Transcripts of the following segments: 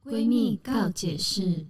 闺蜜告解室。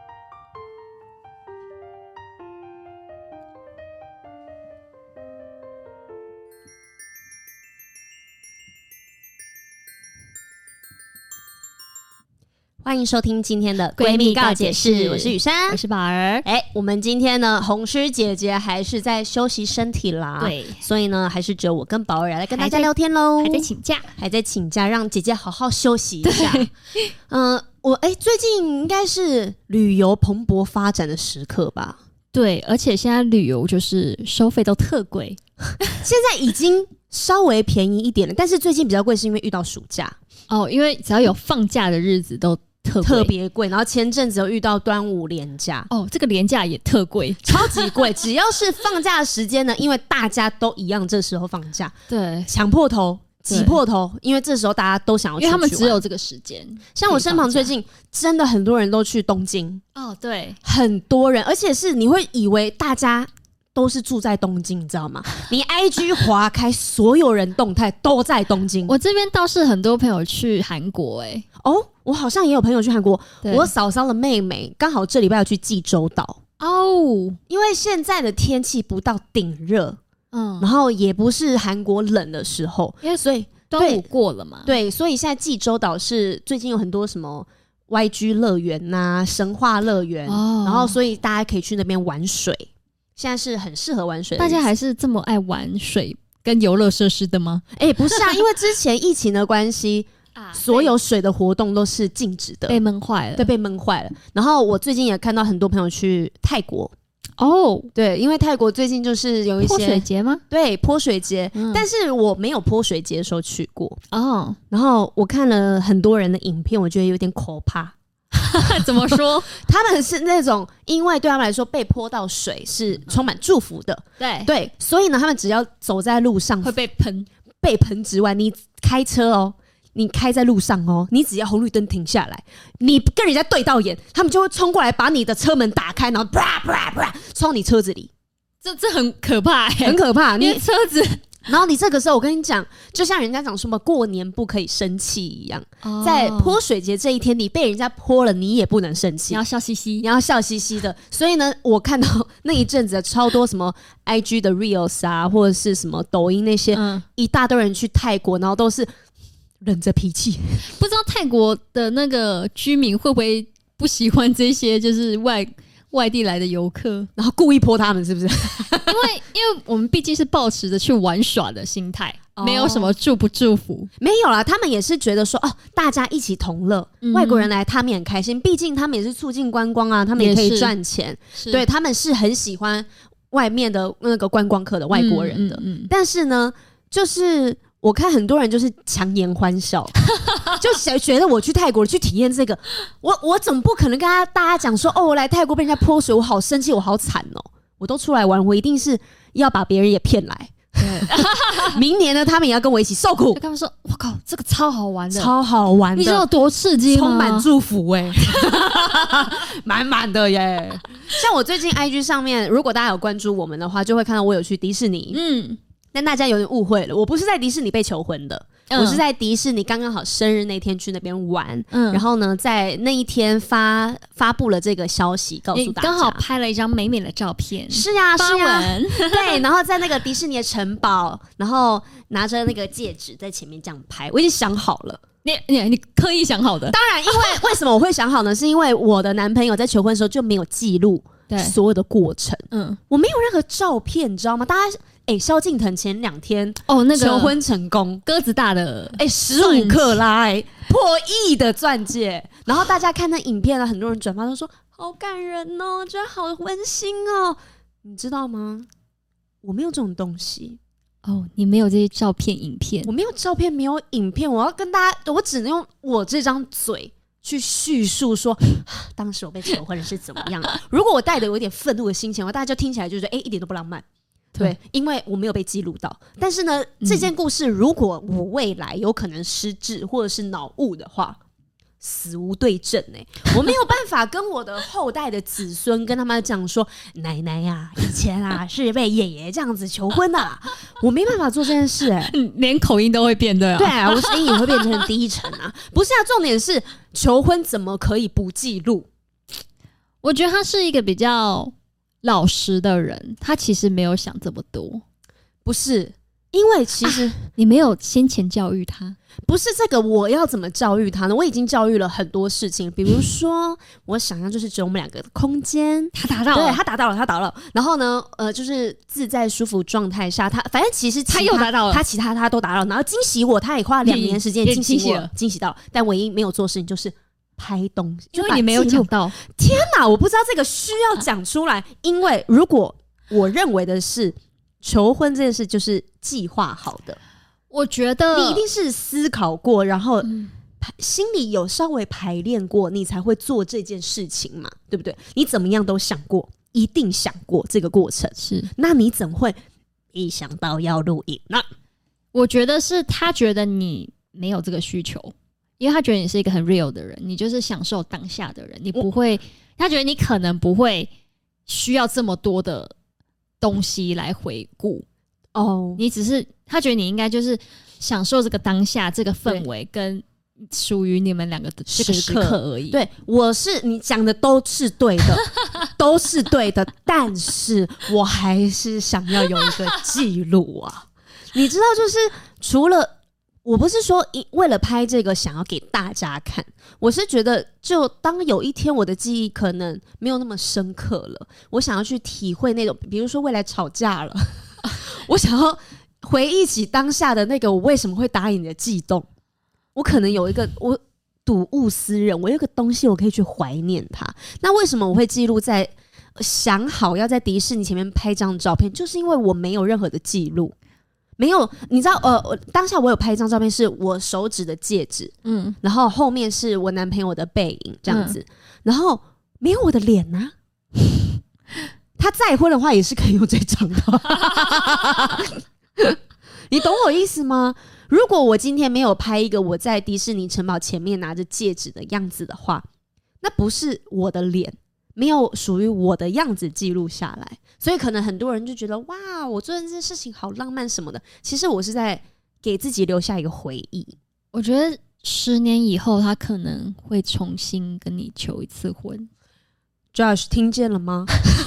欢迎收听今天的闺蜜告解室，我是雨珊， 我是宝儿。 我们今天呢，红诗姐姐还是在休息身体啦， 对， 所以呢，还是只有我跟宝儿来跟大家聊天喽， 还在请假， 让姐姐好好休息一下。我最近应该是旅游蓬勃发展的时刻吧？ 对，而且现在旅游就是收费都特贵， 现在已经稍微便宜一点了，但是最近比较贵是因为遇到暑假哦，因为只要有放假的日子都特别贵，然后前阵子有遇到端午连假哦，这个连假也特贵， 超级贵。只要是放假的时间呢，因为大家都一样，这时候放假， 对， 抢破头、挤破头，因为这时候大家都想要出去玩， 因为他们只有这个时间。 像我身旁最近真的很多人都去东京哦，对， 很多人，而且是你会以为大家都是住在东京，你知道吗？你 IG 滑开，所有人动态都在东京。 我这边倒是很多朋友去韩国我好像也有朋友去韩国。我嫂嫂的妹妹刚好这礼拜要去济州岛哦，因为现在的天气不到顶热，然后也不是韩国冷的时候，因为所以端午过了嘛， 对，所以现在济州岛是最近有很多什么 YG 乐园呐、神话乐园，然后所以大家可以去那边玩水。现在是很适合玩水的， 大家还是这么爱玩水跟游乐设施的吗？ 不是啊，因为之前疫情的关系所有水的活动都是禁止的， 被闷坏了。 对，被闷坏了。然后我最近也看到很多朋友去泰国哦，对，因为泰国最近就是有一些泼水节吗？ 对，泼水节，但是我没有泼水节的时候去过哦。然后我看了很多人的影片，我觉得有点可怕。 怎么说？ 他们是那种，因为对他们来说被泼到水是充满祝福的，对，所以呢，他们只要走在路上会被喷之外，你开车哦，你开在路上哦，你只要红绿灯停下来，你跟人家对到眼，他们就会冲过来把你的车门打开，然后啪啪啪冲你车子里， 这很可怕很可怕， 你车子。 然后你这个时候，我跟你讲，就像人家讲什么过年不可以生气一样，在泼水节这一天，你被人家泼了，你也不能生气， 你要笑嘻嘻， 你要笑嘻嘻的。所以呢，我看到那一阵子超多什么 IG 的 Reels 啊，或者是什么抖音那些，一大堆人去泰国，然后都是忍着脾气。 不知道泰国的那个居民会不会不喜欢这些，就是外地来的游客， 然后故意泼他们，是不是？ 因为我们毕竟是抱持着去玩耍的心态，没有什么祝不祝福， 没有啦。他们也是觉得说，大家一起同乐，外国人来他们也很开心，毕竟他们也是促进观光啊，他们也可以赚钱，对，他们是很喜欢外面的那个观光客的外国人的。但是呢，就是我看很多人就是强颜欢笑，就觉得我去泰国去体验这个，我总不可能跟大家讲说，我来泰国被人家泼水，我好生气，我好惨哦。我都出来玩，我一定是要把别人也骗来。明年呢，他们也要跟我一起受苦。 就跟他们说：“我靠，这个超好玩的， 超好玩的， 你知道有多刺激吗？ 充满祝福满满的耶！像我最近 IG 上面，如果大家有关注我们的话，就会看到我有去迪士尼。但大家有点误会了，我不是在迪士尼被求婚的。我是在迪士尼刚刚好生日那天去那边玩，然后呢，在那一天发布了这个消息，告诉大家， 刚好拍了一张美美的照片， 是啊，对，然后在那个迪士尼的城堡，然后拿着那个戒指在前面这样拍，我已经想好了。 你刻意想好的？ 当然，因为为什么我会想好呢？是因为我的男朋友在求婚的时候就没有记录所有的过程，我没有任何照片，你知道吗？大家。萧敬腾前2天那个求婚成功， 鸽子大的 15克拉破亿的钻戒，然后大家看那影片呢，很多人转发都说好感人哦，觉得好温馨哦，你知道吗？我没有这种东西你没有这些照片影片， 我没有照片，没有影片，我要跟大家，我只能用我这张嘴去叙述说当时我被求婚是怎么样。如果我带的有点愤怒的心情的话，大家就听起来就觉得一点都不浪漫。对，因为我没有被记录到。但是呢，这件故事如果我未来有可能失智或者是脑雾的话， 死无对证我没有办法跟我的后代的子孙跟他们讲说，奶奶呀、以前啊是被爷爷这样子求婚的我没办法做这件事连口音都会变对啊。 对啊，我声音也会变成低沉啊。不是啊，重点是求婚怎么可以不记录？ 我觉得他是一个比较老实的人，他其实没有想这么多。 不是。因为其实、 你没有先前教育他， 不是这个，我要怎么教育他呢？我已经教育了很多事情，比如说我想要就是只有我们两个的空间， 他达到了， 对，他达到了。然后呢，就是自在舒服状态下，他反正其实他又达到了， 他其他都达到了。然后惊喜我，他也花了2年时间惊喜到了，但唯一没有做事情就是拍东西， 因为你没有讲到。 天哪，我不知道这个需要讲出来，因为如果我认为的是。求婚这件事就是计划好的， 我觉得你一定是思考过，然后心里有稍微排练过，你才会做这件事情嘛，对不对？你怎么样都想过，一定想过这个过程， 是， 那你怎么会一想到要录影呢？ 我觉得是他觉得你没有这个需求，因为他觉得你是一个很 real 的人，你就是享受当下的人，你不会，他觉得你可能不会需要这么多的东西来回顾你只是他觉得你应该就是享受这个当下这个氛围跟属于你们两个的这个时刻而已。 对，你讲的都是对的都是对的，但是我还是想要有一个记录啊你知道，就是除了我不是说为了拍这个想要给大家看，我是觉得就当有一天我的记忆可能没有那么深刻了，我想要去体会那种，比如说未来吵架了我想要回忆起当下的那个我为什么会答应你的悸动，我可能有一个我睹物思人，我有一个东西我可以去怀念它。那为什么我会记录在想好要在迪士尼前面拍张照片，就是因为我没有任何的记录。没有，你知道，当下我有拍一张照片，是我手指的戒指，然后后面是我男朋友的背影这样子，然后没有我的脸啊。他再婚的话也是可以用这张的，你懂我意思吗？如果我今天没有拍一个我在迪士尼城堡前面拿着戒指的样子的话，那不是我的脸，没有属于我的样子记录下来，所以可能很多人就觉得哇，我做这件事情好浪漫什么的。其实我是在给自己留下一个回忆。 我觉得10年以后，他可能会重新跟你求一次婚。 Josh 听见了吗？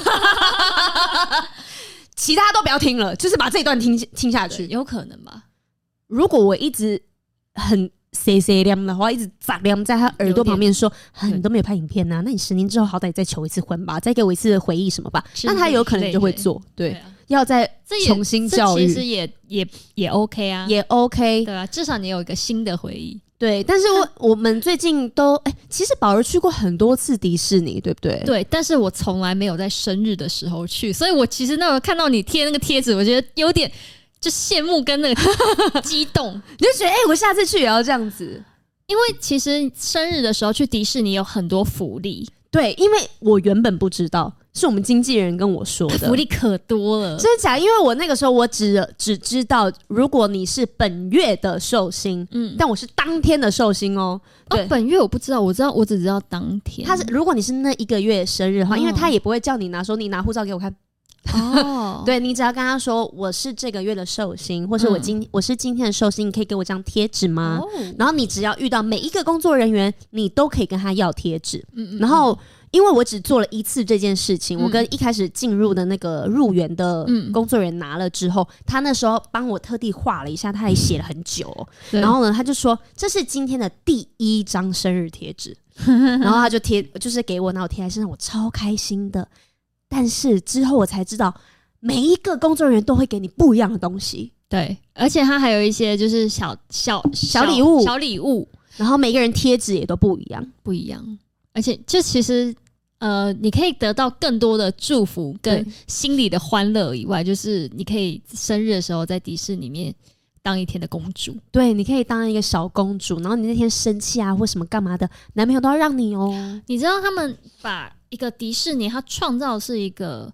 其他都不要听了，就是把这一段听下去。 有可能吧？ 如果我一直很谁亮的话，一直咋亮在他耳朵旁边说你都没有拍影片啊，那你10年之后好歹再求一次婚吧，再给我一次回忆什么吧，那他有可能就会做。对，要再重新教育， 这其实也 OK 啊， 也 OK， 对啊，至少你有一个新的回忆。 对，但是我们最近都其实宝儿去过很多次迪士尼，对不对？ 对，但是我从来没有在生日的时候去，所以我其实那时候看到你贴那个贴纸，我觉得有点就羡慕跟那个激动， 你就觉得我下次去也要这样子。 因为其实生日的时候去迪士尼有很多福利。 对，因为我原本不知道，是我们经纪人跟我说的， 福利可多了。 真的假的？因为我那个时候我只知道，如果你是本月的寿星，但我是当天的寿星哦。对， 本月我不知道，我只知道当天。 他是如果你是那一个月生日的话，因为他也不会叫你说你拿护照给我看。对，你只要跟他说我是这个月的寿星，或是我是今天的寿星，你可以给我这张贴纸吗？然后你只要遇到每一个工作人员，你都可以跟他要贴纸。然后因为我只做了一次这件事情，我跟一开始进入的那个入园的工作人员拿了之后，他那时候帮我特地画了一下，他还写了很久然后呢他就说这是今天的第1张生日贴纸然后他就就是给我，然后我贴在身上，我超开心的。但是之后我才知道，每一个工作人员都会给你不一样的东西。 对，而且他还有一些就是小礼物， 然后每个人贴纸也都不一样。 而且就其实你可以得到更多的祝福跟心里的欢乐以外，就是你可以生日的时候在迪士尼里面当一天的公主。对， 你可以当一个小公主，然后你那天生气啊或什么干嘛的，男朋友都要让你哦。 你知道他们把一个迪士尼，他创造的是一个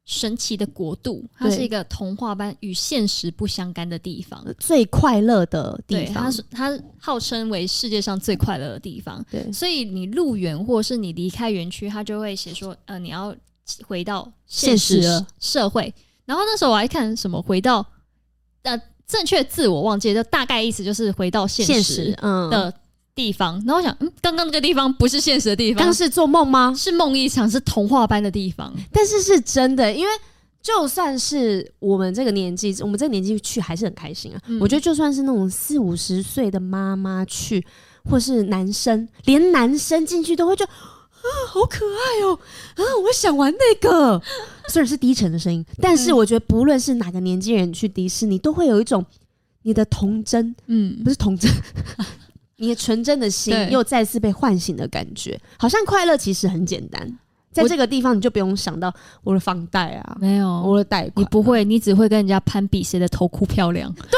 神奇的国度，它是一个童话般与现实不相干的地方， 最快乐的地方。 它号称为世界上最快乐的地方。对，所以你入园或是你离开园区，它就会写说，你要回到现实社会。然后那时候我还看什么回到正确字我忘记了，就大概意思就是回到现实的地方。然后我想，刚刚那个地方不是现实的地方， 刚是做梦吗？ 是梦一场，是童话般的地方。 但是是真的，因为就算是我们这个年纪去还是很开心啊。我觉得就算是那种40-50岁的妈妈去，或是男生，连男生进去都会觉得好可爱哦！我想玩那个。虽然是低沉的声音，但是我觉得不论是哪个年纪人去迪士尼，都会有一种你的童真，不是童真。你的纯真的心又再次被唤醒的感觉，好像快乐其实很简单，在这个地方你就不用想到我的房贷啊， 没有我的贷款， 你不会，你只会跟人家攀比谁的头箍漂亮。 对，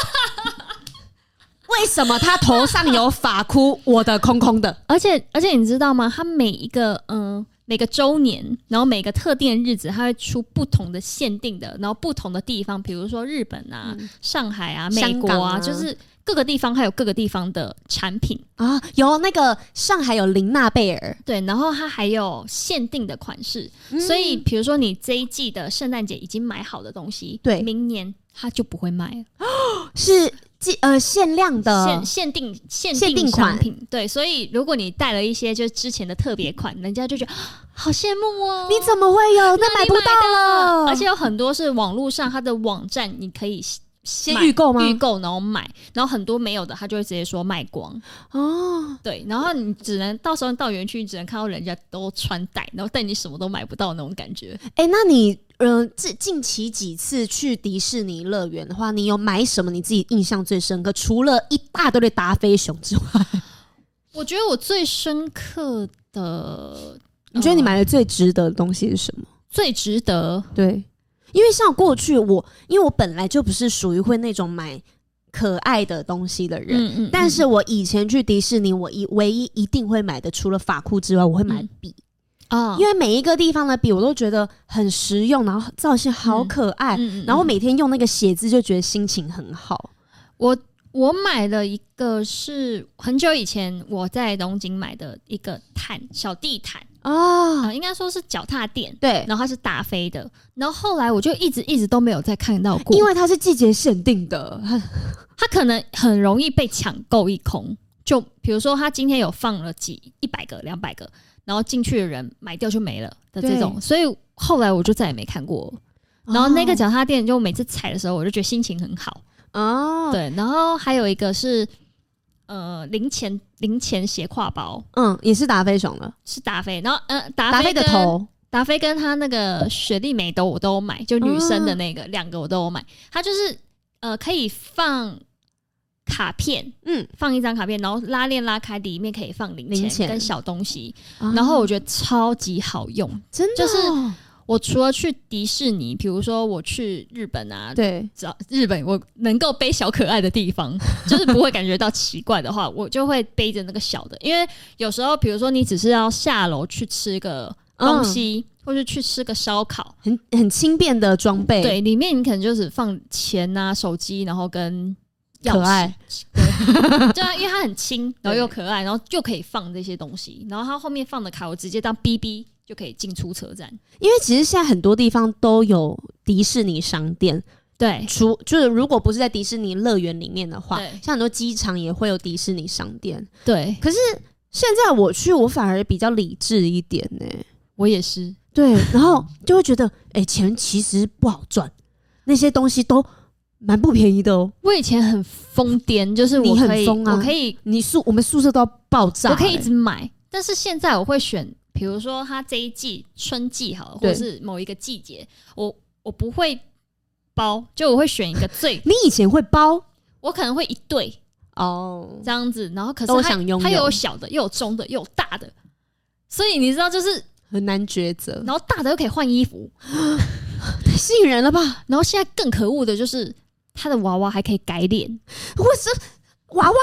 为什么他头上有发箍，我的空空的？ 而且你知道吗？他每个周年，然后每个特定的日子，他会出不同的限定的，然后不同的地方，比如说日本啊、上海啊、美国啊，就是各个地方还有各个地方的产品啊。有那个上海有琳娜贝尔， 对，然后它还有限定的款式，所以比如说你这一季的圣诞节已经买好的东西，对，明年它就不会卖了， 是限量的限定商品，对，所以如果你带了一些就是之前的特别款，人家就觉得好羡慕哦， 你怎么会有？那买不到了。 而且有很多是网络上它的网站，你可以先预购吗？ 预购然后买，然后很多没有的，他就会直接说卖光哦。对，然后你只能到时候到园区，你只能看到人家都穿戴，然后但你什么都买不到那种感觉。 那你近期几次去迪士尼乐园的话，你有买什么你自己印象最深刻？除了一大堆的达菲熊之外， 我觉得我最深刻的， 你觉得你买的最值得的东西是什么？ 最值得？ 对。因为像过去因为我本来就不是属于会那种买可爱的东西的人，但是我以前去迪士尼，我唯一一定会买的，除了发箍之外，我会买笔因为每一个地方的笔我都觉得很实用，然后造型好可爱，然后每天用那个写字就觉得心情很好。 我买了一个是很久以前我在东京买的一个小地毯应该说是脚踏垫，对，然后它是达菲的，然后后来我就一直都没有再看到过， 因为它是季节限定的， 它可能很容易被抢购一空。就比如说它今天有放了100个、200个，然后进去的人买掉就没了的这种，所以后来我就再也没看过。然后那个脚踏垫就每次踩的时候，我就觉得心情很好。对，然后还有一个是零钱斜挎包， 也是达菲熊的， 是达菲，然后达菲的头， 达菲跟他那个雪莉梅我都有买，就女生的那个2个我都有买。它就是可以放卡片，放一张卡片，然后拉链拉开，里面可以放零钱跟小东西，然后我觉得超级好用， 真的就是我除了去迪士尼，比如说我去日本啊，对，日本我能够背小可爱的地方，就是不会感觉到奇怪的话，我就会背着那个小的，因为有时候比如说你只是要下楼去吃个东西，或是去吃个烧烤， 很轻便的装备， 对，里面你可能就只放钱啊、手机，然后跟可爱， 对啊，因为它很轻，然后又可爱，然后就可以放这些东西，然后它后面放的卡我直接当 BB。就可以进出车站， 因为其实现在很多地方都有迪士尼商店，对，就是如果不是在迪士尼乐园里面的话，像很多机场也会有迪士尼商店，对。可是现在我去，我反而比较理智一点我也是， 对，然后就会觉得，钱其实不好赚，那些东西都蛮不便宜的哦。 我以前很疯癫，就是你很疯啊， 我可以， 我们宿舍都要爆炸， 我可以一直买，但是现在我会选。比如说它这一季春季好了，或者是某一个季节，我不会包，就我会选一个最你以前会包， 我可能会一对这样子，然后可是它又有小的，又有中的，又有大的，所以你知道就是很难抉择。 然后大的又可以换衣服， 太吸引人了吧？ 然后现在更可恶的就是它的娃娃还可以改脸， 或是娃娃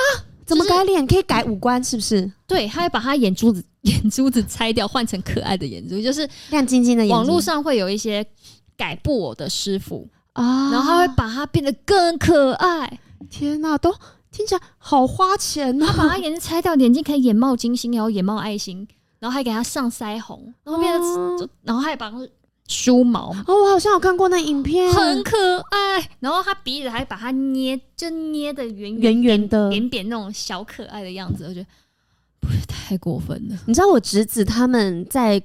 怎么改脸？可以改五官是不是？ 对，他会把他眼珠子拆掉，换成可爱的眼珠，就是亮晶晶的眼睛。 网络上会有一些改布偶的师傅啊，然后他会把它变得更可爱。 天哪，都听起来好花钱哦！ 他把他眼睛拆掉，眼睛可以眼冒金星，然后眼冒爱心，然后还给他上腮红，然后变得，然后还把他梳毛。 哦，我好像有看过那影片， 很可爱。然后他鼻子还把它捏的圆圆的、 扁扁那种小可爱的样子，我觉得不是太过分了。 你知道我侄子他们在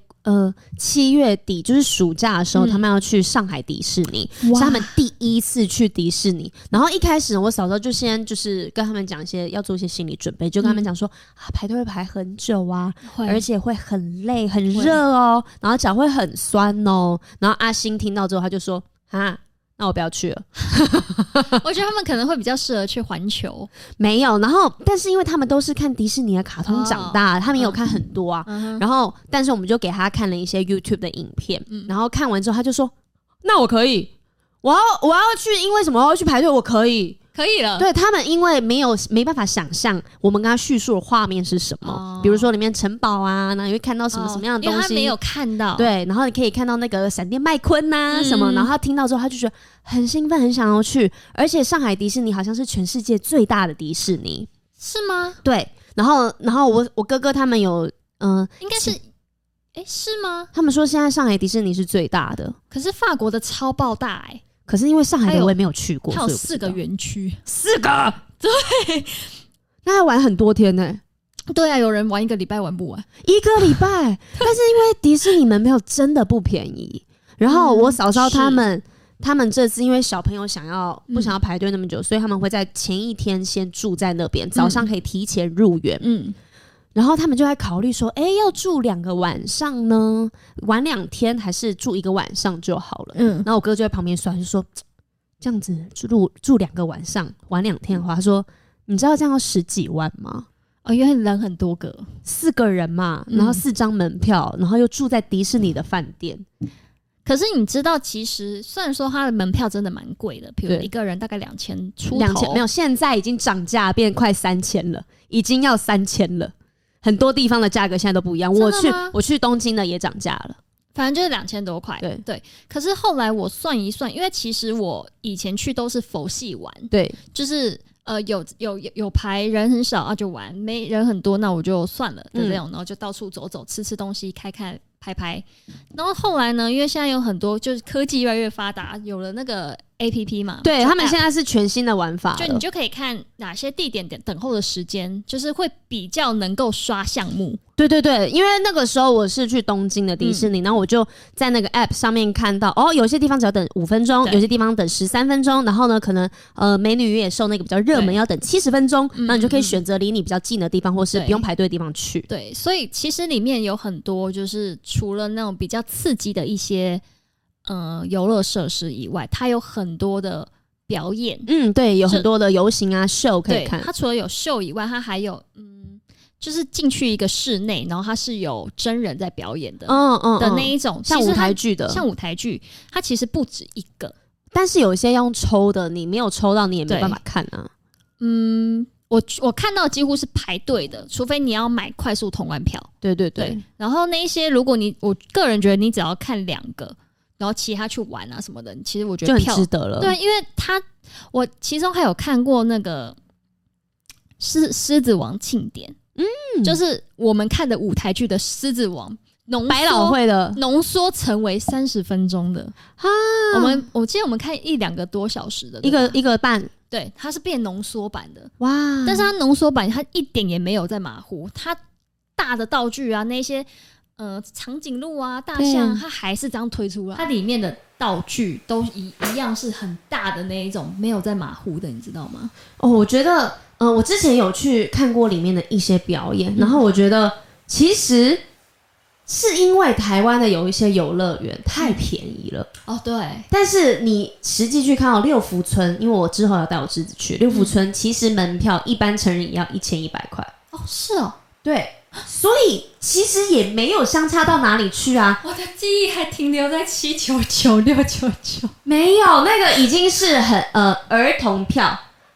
7月底就是暑假的时候，他们要去上海迪士尼，是他们第一次去迪士尼。然后一开始我嫂嫂就先就是跟他们讲一些要做一些心理准备，就跟他们讲说排队会排很久啊，而且会很累很热哦，然后脚会很酸哦。然后阿星听到之后他就说那我不要去了。 我觉得他们可能会比较适合去环球。 没有，然后但是因为他们都是看迪士尼的卡通长大，他们也有看很多啊。然后但是我们就给他看了一些 YouTube 的影片，然后看完之后他就说那我可以，我要去，因为什么我要去排队，我可以了。对，他们因为没办法想象我们跟他叙述的画面是什么，比如说里面城堡啊，然后你会看到什么什么样的东西， 因为他没有看到。 对，然后你可以看到那个闪电麦昆啊什么，然后他听到之后他就觉得很兴奋，很想要去。而且上海迪士尼好像是全世界最大的迪士尼， 是吗？ 对，然后我哥哥他们有应该是是吗？ 他们说现在上海迪士尼是最大的， 可是法国的超爆大可是因为上海的我也没有去过， 它有4个园区 ，4个， 对， 那要玩很多天呢。 对啊，有人玩1个礼拜玩不完 ，1个礼拜。但是因为迪士尼门票真的不便宜，然后我嫂嫂他们这次因为小朋友不想要排队那么久，所以他们会在前一天先住在那边，早上可以提前入园。然后他们就在考虑说，要住2个晚上呢，玩2天还是住1个晚上就好了。然后我哥就在旁边算，就说这样子住2个晚上，玩2天的话，他说你知道这样要10几万吗？ 因为人很多个 ，4个人嘛，然后4张门票，然后又住在迪士尼的饭店。 可是你知道，其实虽然说它的门票真的蛮贵的，比如1个人大概2000出头，2000 没有，现在已经涨价变快3000了，已经要3000了。很多地方的价格现在都不一样，我去东京的也涨价了， 反正就是2000多块。对。可是后来我算一算，因为其实我以前去都是佛系玩，对，就是有排人很少就玩，没人很多那我就算了的这种，然后就到处走走，吃东西，看拍。然后后来呢，因为现在有很多就是科技越来越发达，有了那个 APP 嘛， 对，他们现在是全新的玩法了， 就你就可以看哪些地点等候的时间，就是会比较能够刷项目。 对，因为那个时候我是去东京的迪士尼，然后我就在那个 app 上面看到，有些地方只要等5分钟，有些地方等13分钟，然后呢，可能美女与野兽那个比较热门要等70分钟，那你就可以选择离你比较近的地方，或是不用排队的地方去。 对，所以其实里面有很多，就是除了那种比较刺激的一些游乐设施以外，它有很多的表演。 对，有很多的游行啊秀可以看。 它除了有秀以外，它还有就是进去一个室内，然后它是有真人在表演的，的那一种， 像舞台剧的， 像舞台剧，它其实不止1个， 但是有一些用抽的，你没有抽到，你也没办法看啊。 我看到几乎是排队的，除非你要买快速通关票。 对。 然后那一些，如果我个人觉得你只要看2个，然后其他去玩啊什么的，其实我觉得就很值得了。 对，因为我其中还有看过那个狮子王庆典。就是我们看的舞台剧的《狮子王》 百老汇的浓缩成为30分钟的我记得我们看1-2个多小时的一个半， 对，它是变浓缩版的哇！ 但是它浓缩版它一点也没有在马虎，它大的道具啊那些长颈鹿啊大象，它还是这样推出来，它里面的道具都一样是很大的那一种，没有在马虎的，你知道吗？ 我觉得我之前有去看过里面的一些表演，然后我觉得其实是因为台湾的有一些游乐园太便宜了对。 但是你实际去看六福村，因为我之后要带我侄子去六福村，其实门票一般成人也要1100块是哦， 对，所以其实也没有相差到哪里去啊。 我的记忆还停留在799、699， 没有，那个已经是很儿童票。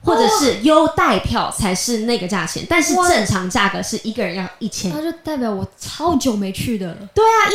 或者是优待票才是那个价钱，但是正常价格是一个人要1000， 那就代表我超久没去的了。 对啊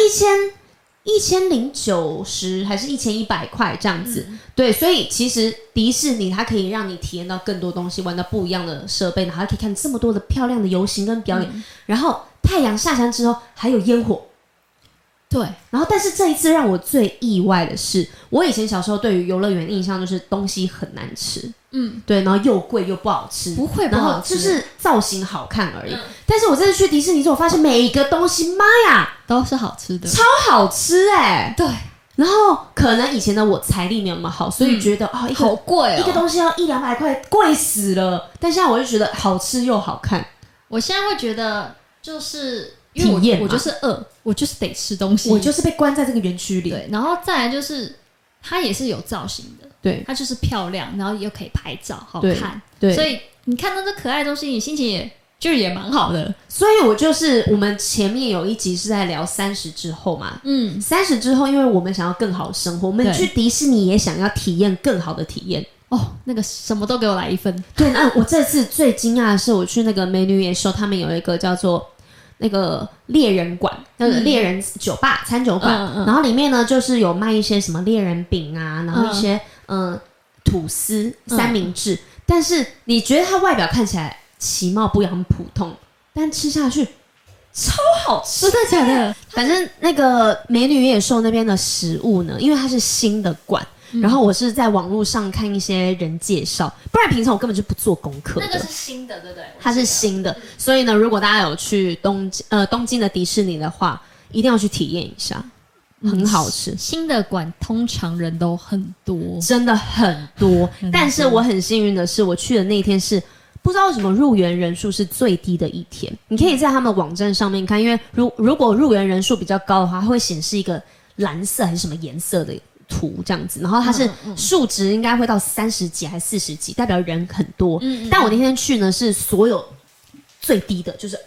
，1090还是1100块这样子。对，所以其实迪士尼它可以让你体验到更多东西，玩到不一样的设备，然后还可以看这么多的漂亮的游行跟表演，然后太阳下山之后还有烟火。对，然后但是这一次让我最意外的是，我以前小时候对于游乐园印象就是东西很难吃，对，然后又贵又不好吃， 不会不好吃， 然后就是造型好看而已。但是我这次去迪士尼之后，我发现每一个东西，妈呀， 都是好吃的， 超好吃对。然后可能以前的我财力没有那么好，所以觉得一个好贵一个东西要100-200块，贵死了。但现在我就觉得好吃又好看。 我现在会觉得就是体验， 我就是饿，我就是得吃东西， 我就是被关在这个园区里。 对，然后再来就是它也是有造型的， 对， 它就是漂亮，然后又可以拍照，好看， 对， 所以你看到这可爱的东西，你心情也蛮好的。 所以我们前面有一集是在聊30之后嘛，30之后，因为我们想要更好的生活，我们去迪士尼也想要体验更好的体验。 那个什么都给我来1份。 对，那我这次最惊讶的是，我去那个美女野兽，他们有一个叫做那个猎人馆，那个猎人酒吧、餐酒馆，然后里面呢就是有卖一些什么猎人饼啊，然后一些吐司、三明治，但是你觉得它外表看起来其貌不扬、很普通，但吃下去超好吃。 真的假的？ 反正那个美女野兽那边的食物呢，因为它是新的馆。然后我是在网络上看一些人介绍，不然平常我根本就不做功课的。 那个是新的，对不对？ 它是新的，所以呢，如果大家有去东京的迪士尼的话，一定要去体验一下，很好吃。 新的馆通常人都很多， 真的很多。但是我很幸运的是，我去的那一天是不知道为什么入园人数是最低的一天。你可以在他们网站上面看，因为如果入园人数比较高的话，它会显示一个蓝色还是什么颜色的图这样子，然后它是数值应该会到30几还是40几，代表人很多。但我那天去呢是所有最低的，就是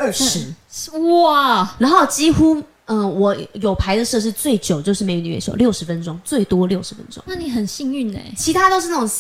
20，哇！然后几乎我有排的设施最久就是美女野兽60分钟，最多60分钟。 那你很幸运其他都是那种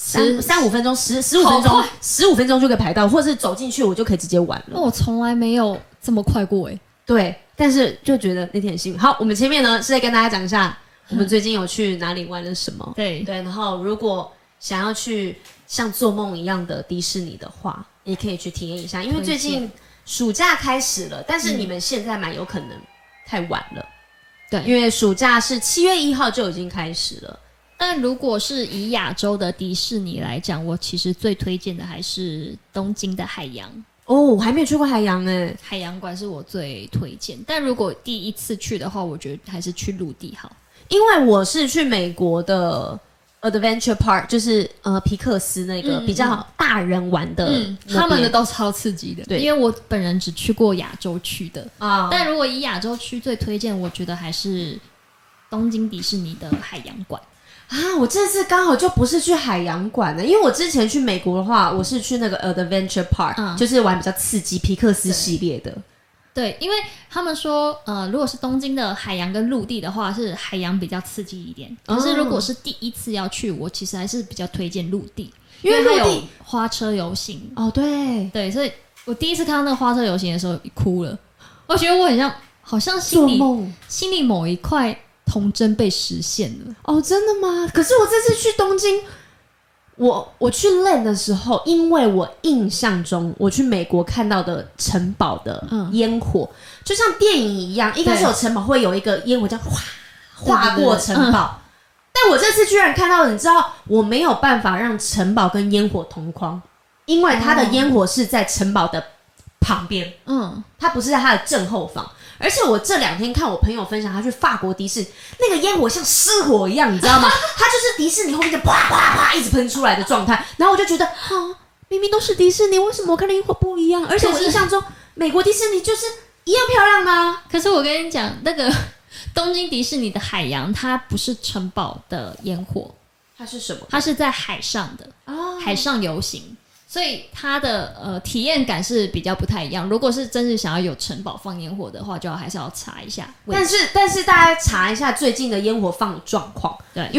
3-5分钟、15分钟、15分钟就可以排到，或者是走进去我就可以直接玩了。 我从来没有这么快过对，但是就觉得那天很幸运。好，我们前面呢是在跟大家讲一下。我们最近有去哪里玩了什么？对，然后如果想要去像做梦一样的迪士尼的话，也可以去体验一下。因为最近暑假开始了，但是你们现在买有可能太晚了。对，因为暑假是7月1号就已经开始了。 但如果是以亚洲的迪士尼来讲，我其实最推荐的还是东京的海洋。 我还没有去过海洋海洋馆是我最推荐。但如果第一次去的话，我觉得还是去陆地好。 因为我是去美国的 Adventure Park， 就是皮克斯那个比较大人玩的， 他们的都超刺激的。对，因为我本人只去过亚洲区的但如果以亚洲区最推荐，我觉得还是东京迪士尼的海洋馆我这次刚好就不是去海洋馆因为我之前去美国的话，我是去那个 Adventure Park，就是玩比较刺激皮克斯系列的。 对，因为他们说，如果是东京的海洋跟陆地的话，是海洋比较刺激一点。可是如果是第一次要去，我其实还是比较推荐陆地，因为它有花车游行。 对， 所以我第一次看到那个花车游行的时候哭了，我觉得我好像心里某一块童真被实现了。 真的吗？可是我这次去东京。我去 LAND 的时候，因为我印象中我去美国看到的城堡的烟火，就像电影一样，一开始有城堡会有一个烟火这样划过城堡，但我这次居然看到，你知道我没有办法让城堡跟烟火同框，因为它的烟火是在城堡的旁边，它不是在它的正后方。而且我这2天看我朋友分享，他去法国迪士尼，那个烟火像失火一样，你知道吗？它就是迪士尼后面就啪啪啪一直喷出来的状态。然后我就觉得，明明都是迪士尼，为什么我看的烟火不一样？而且我印象中，美国迪士尼就是一样漂亮的可是我跟你讲，那个东京迪士尼的海洋，它不是城堡的烟火， 它是什么？ 它是在海上的海上游行。所以它的体验感是比较不太一样。如果是真是想要有城堡放烟火的话，就还是要查一下。 但是大家查一下最近的烟火放的状况。对，因为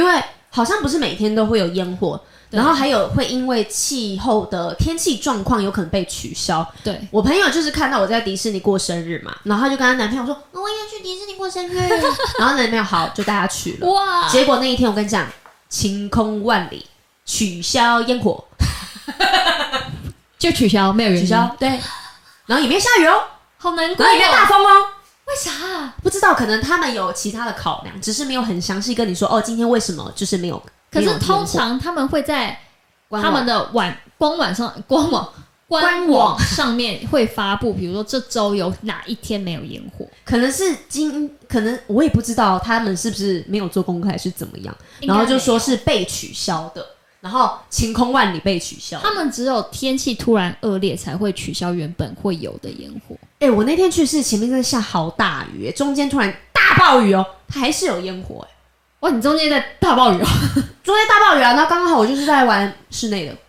好像不是每天都会有烟火，然后还有会因为气候的天气状况有可能被取消。 对， 我朋友就是看到我在迪士尼过生日嘛，然后他就跟他男朋友说我要去迪士尼过生日，然后男朋友好就带他去了。哇！结果那一天我跟你讲，晴空万里，取消烟火， 就取消，没有原因， 取消，对，然后也没有下雨哦， 好难过， 然后也没有大风哦。 为啥？ 不知道，可能他们有其他的考量，只是没有很详细跟你说哦，今天为什么就是没有。 可是通常他们会在他们的官网上面会发布，比如说这周有哪一天没有烟火， 可能是可能我也不知道他们是不是没有做功课还是怎么样，然后就说是被取消的。然后晴空万里被取消， 他们只有天气突然恶劣才会取消原本会有的烟火。 我那天去是前面真的下好大雨，中间突然大暴雨哦，它还是有烟火。 哇，你中间在大暴雨哦， 中间大暴雨啊，那刚好我就是在玩室内的。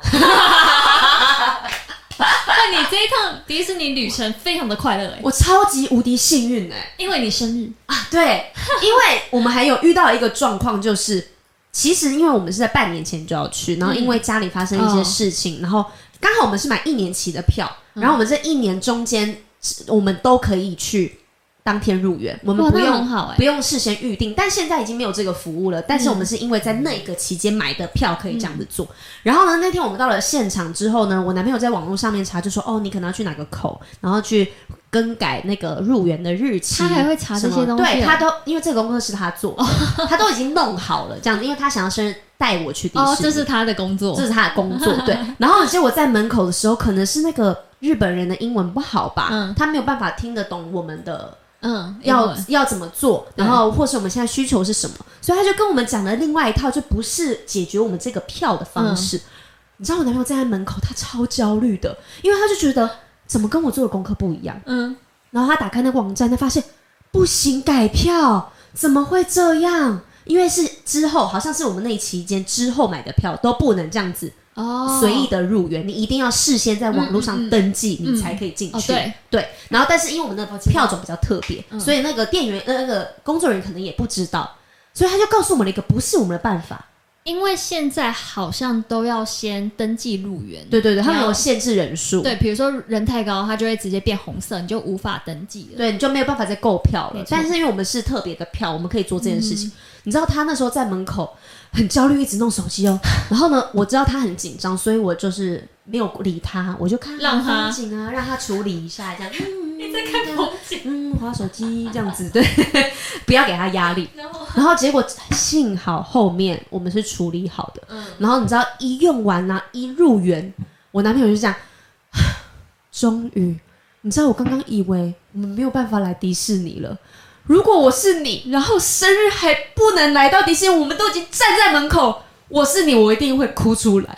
那你这一趟迪士尼旅程非常的快乐我超级无敌幸运因为你生日啊，对，因为我们还有遇到一个状况就是。其实因为我们是在半年前就要去，然后因为家里发生一些事情，然后刚好我们是买1年期的票，然后我们这1年中间我们都可以去当天入园，我们不用事先预定，但现在已经没有这个服务了。但是我们是因为在那个期间买的票可以这样子做。然后呢，那天我们到了现场之后呢，我男朋友在网络上面查，就说你可能要去哪个口，然后去更改那个入园的日期。 他还会查这些东西？ 对，他都因为这个功课是他做的，他都已经弄好了这样子，因为他想要生日带我去迪士尼。 这是他的工作， 这是他的工作。对，然后结果在门口的时候，可能是那个日本人的英文不好吧，他没有办法听得懂我们的。要怎么做，然后或是我们现在需求是什么，所以他就跟我们讲了另外一套，就不是解决我们这个票的方式。你知道我男朋友站在门口，他超焦虑的，因为他就觉得怎么跟我做的功课不一样。然后他打开那个网站，他发现不行，改票怎么会这样？因为是之后，好像是我们那期间之后买的票都不能这样子。随意的入园，你一定要事先在网络上登记，你才可以进去。对，然后但是因为我们的票种比较特别，所以那个店员那个工作人员可能也不知道，所以他就告诉我们了一个不是我们的办法。 因为现在好像都要先登记入园， 对，他们有限制人数。 对，比如说人太高，它就会直接变红色，你就无法登记了。 对，你就没有办法再购票了。但是因为我们是特别的票，我们可以做这件事情。你知道他那时候在门口很焦虑，一直弄手机哦。然后呢，我知道他很紧张，所以我就是没有理他，我就看风景啊，让他处理一下这样。 你在看风景？ 滑手机这样子，对，不要给他压力。然后结果幸好后面我们是处理好的。然后你知道一用完啊，一入园，我男朋友就这样，终于，你知道我刚刚以为我们没有办法来迪士尼了。如果我是你，然后生日还不能来到迪士尼，我们都已经站在门口，我是你，我一定会哭出来。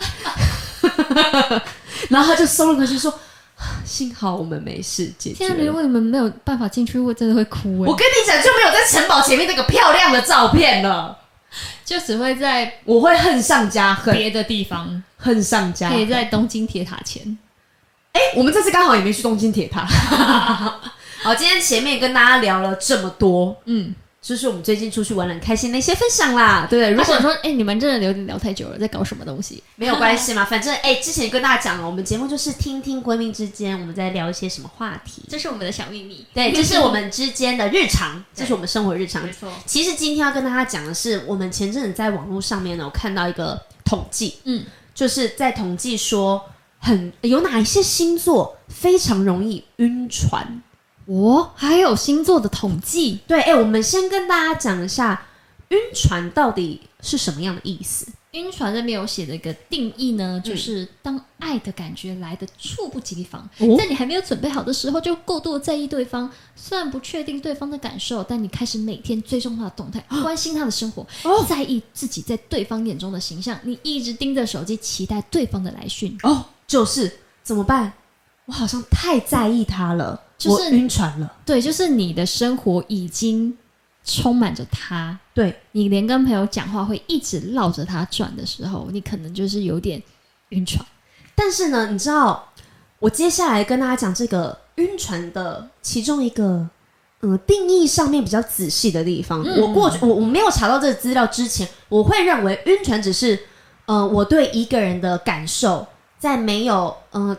然后他就松了口气说，幸好我们没事解决。 天啊，如果你们没有办法进去，我真的会哭我跟你讲，就没有在城堡前面那个漂亮的照片了， 就只会在我会恨上加恨， 别的地方恨上加恨， 可以在东京铁塔前。 我们这次刚好也没去东京铁塔。好，今天前面跟大家聊了这么多，就是我们最近出去玩了很开心的一些分享啦，对不对？如果说你们真的有点聊太久了，在搞什么东西？ 没有关系嘛，反正之前跟大家讲了，我们节目就是听听闺蜜之间我们在聊一些什么话题， 这是我们的小秘密。 对，这是我们之间的日常，这是我们生活日常。 没错。 其实今天要跟大家讲的是，我们前阵子在网络上面呢，有看到一个统计，就是在统计说，有哪一些星座非常容易晕船。 还有星座的统计。 对，我们先跟大家讲一下晕船到底是什么样的意思。 晕船这边有写的一个定义呢，就是当爱的感觉来得猝不及防，在你还没有准备好的时候就过度的在意对方，虽然不确定对方的感受，但你开始每天追踪他的动态，关心他的生活，在意自己在对方眼中的形象，你一直盯着手机期待对方的来讯。 就是怎么办？我好像太在意他了，我晕船了。 对，就是你的生活已经充满着他， 对， 你连跟朋友讲话会一直绕着他转的时候，你可能就是有点晕船。 但是呢，你知道我接下来跟大家讲这个晕船的其中一个定义上面比较仔细的地方。我没有查到这个资料之前，我会认为晕船只是我对一个人的感受，在没有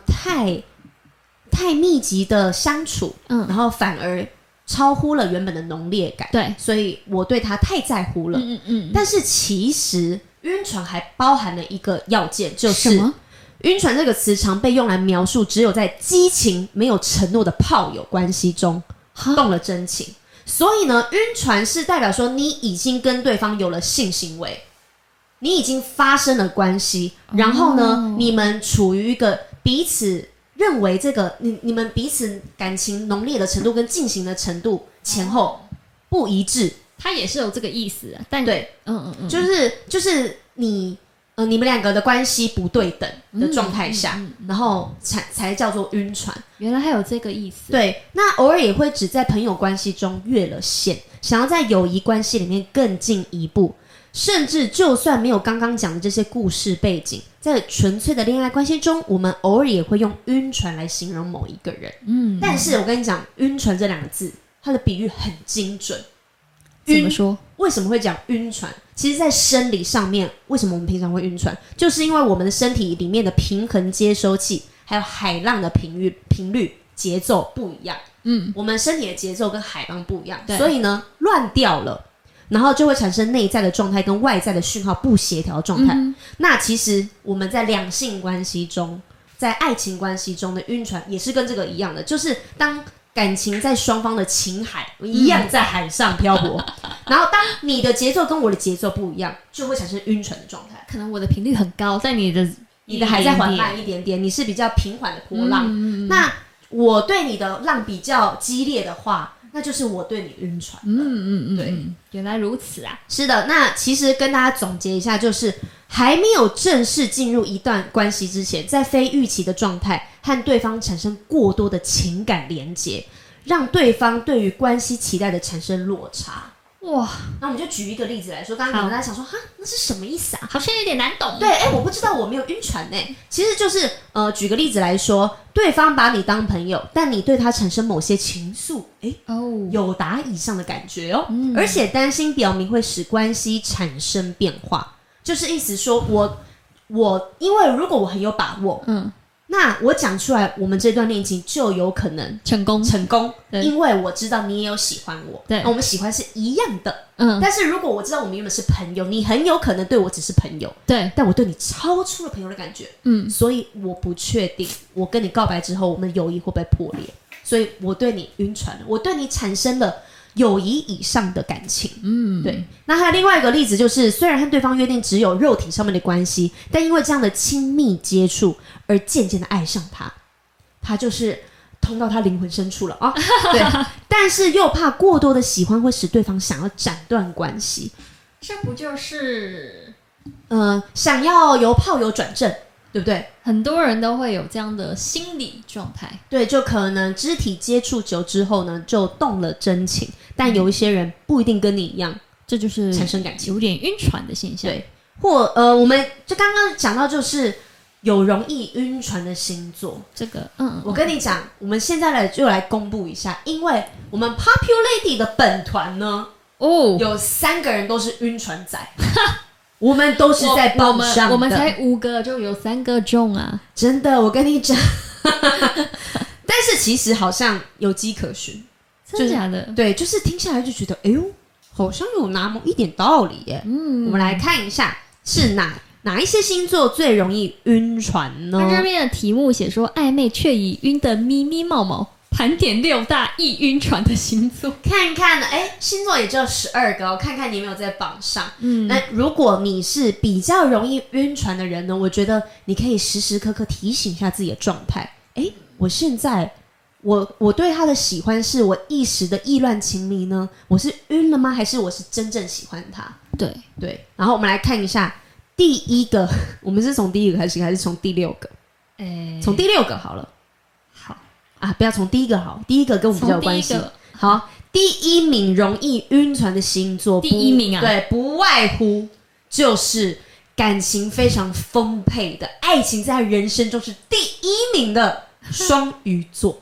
太密集的相处，然后反而超乎了原本的浓烈感， 对， 所以我对他太在乎了。但是其实晕船还包含了一个要件，就是晕船这个词常被用来描述只有在激情没有承诺的炮友关系中动了真情。所以呢，晕船是代表说你已经跟对方有了性行为，你已经发生了关系，然后呢，你们处于一个彼此认为这个你们彼此感情浓烈的程度跟进行的程度前后不一致， 它也是有这个意思啊。但对，就是你们两个的关系不对等的状态下，然后才叫做晕船。 原来还有这个意思。 对，那偶尔也会只在朋友关系中越了线，想要在友谊关系里面更进一步，甚至就算没有刚刚讲的这些故事背景，在纯粹的恋爱关系中，我们偶尔也会用晕船来形容某一个人。但是我跟你讲，晕船这两个字，它的比喻很精准。 怎么说？ 为什么会讲晕船？其实在生理上面，为什么我们平常会晕船，就是因为我们的身体里面的平衡接收器还有海浪的频率节奏不一样。我们身体的节奏跟海浪不一样，所以呢乱掉了，然后就会产生内在的状态跟外在的讯号不协调的状态。那其实我们在两性关系中，在爱情关系中的晕船也是跟这个一样的，就是当感情在双方的情海一样在海上漂泊，然后当你的节奏跟我的节奏不一样，就会产生晕船的状态。 可能我的频率很高，但你的还在缓慢一点点，你是比较平缓的波浪。那我对你的浪比较激烈的话，那就是我对你晕船。对， 原来如此啊。 是的，那其实跟大家总结一下，就是还没有正式进入一段关系之前，在非预期的状态和对方产生过多的情感连结，让对方对于关系期待的产生落差。哇，那我们就举一个例子来说，刚刚可能大家想说，哈，那是什么意思啊？ 好像有点难懂。 对，我不知道，我没有晕船呢。其实就是举个例子来说，对方把你当朋友，但你对他产生某些情愫，有达以上的感觉哦，而且担心表明会使关系产生变化，就是意思说我因为如果我很有把握，那我讲出来，我们这段恋情就有可能成功，因为我知道你也有喜欢我，对，我们喜欢是一样的，但是如果我知道我们原本是朋友，你很有可能对我只是朋友，对，但我对你超出了朋友的感觉，所以我不确定，我跟你告白之后，我们的友谊会不会破裂，所以我对你晕船了，我对你产生了友谊以上的感情。对。那还有另外一个例子，就是虽然和对方约定只有肉体上面的关系，但因为这样的亲密接触而渐渐的爱上他，他就是通到他灵魂深处了啊。对，但是又怕过多的喜欢会使对方想要斩断关系， 这不就是想要由炮友转正，对不对？ 很多人都会有这样的心理状态。 对，就可能肢体接触久之后呢，就动了真情，但有一些人不一定跟你一样， 这就是产生感情， 有点晕船的现象。 对，或我们就刚刚讲到，就是有容易晕船的星座。 这个， 我跟你讲，我们现在就来公布一下，因为我们 Populady 的本团呢，有3个人都是晕船仔。我们都是在榜上的， 我们才5个就有3个中啊！ 真的，我跟你讲，但是其实好像有迹可循， 真的假的？ 对，就是听下来就觉得，哎呦，好像有那么一点道理耶。我们来看一下是哪一些星座最容易晕船呢？ 他这边的题目写说，暧昧却已晕得咪咪毛毛。盘点6大易晕船的星座， 看看呢，星座也只有12个哦，看看你有没有在榜上。那如果你是比较容易晕船的人呢，我觉得你可以时时刻刻提醒一下自己的状态。我现在我对他的喜欢是我一时的意乱情迷呢？我是晕了吗？还是我是真正喜欢他？对。然后我们来看一下第一个，我们是从第1个开始，还是从第6个？从第6个好了。不要从第1个好，第1个跟我们比较有关系。好，第1名容易晕船的星座， 第1名啊， 对，不外乎就是感情非常丰沛的，爱情在人生中是第1名的双鱼座。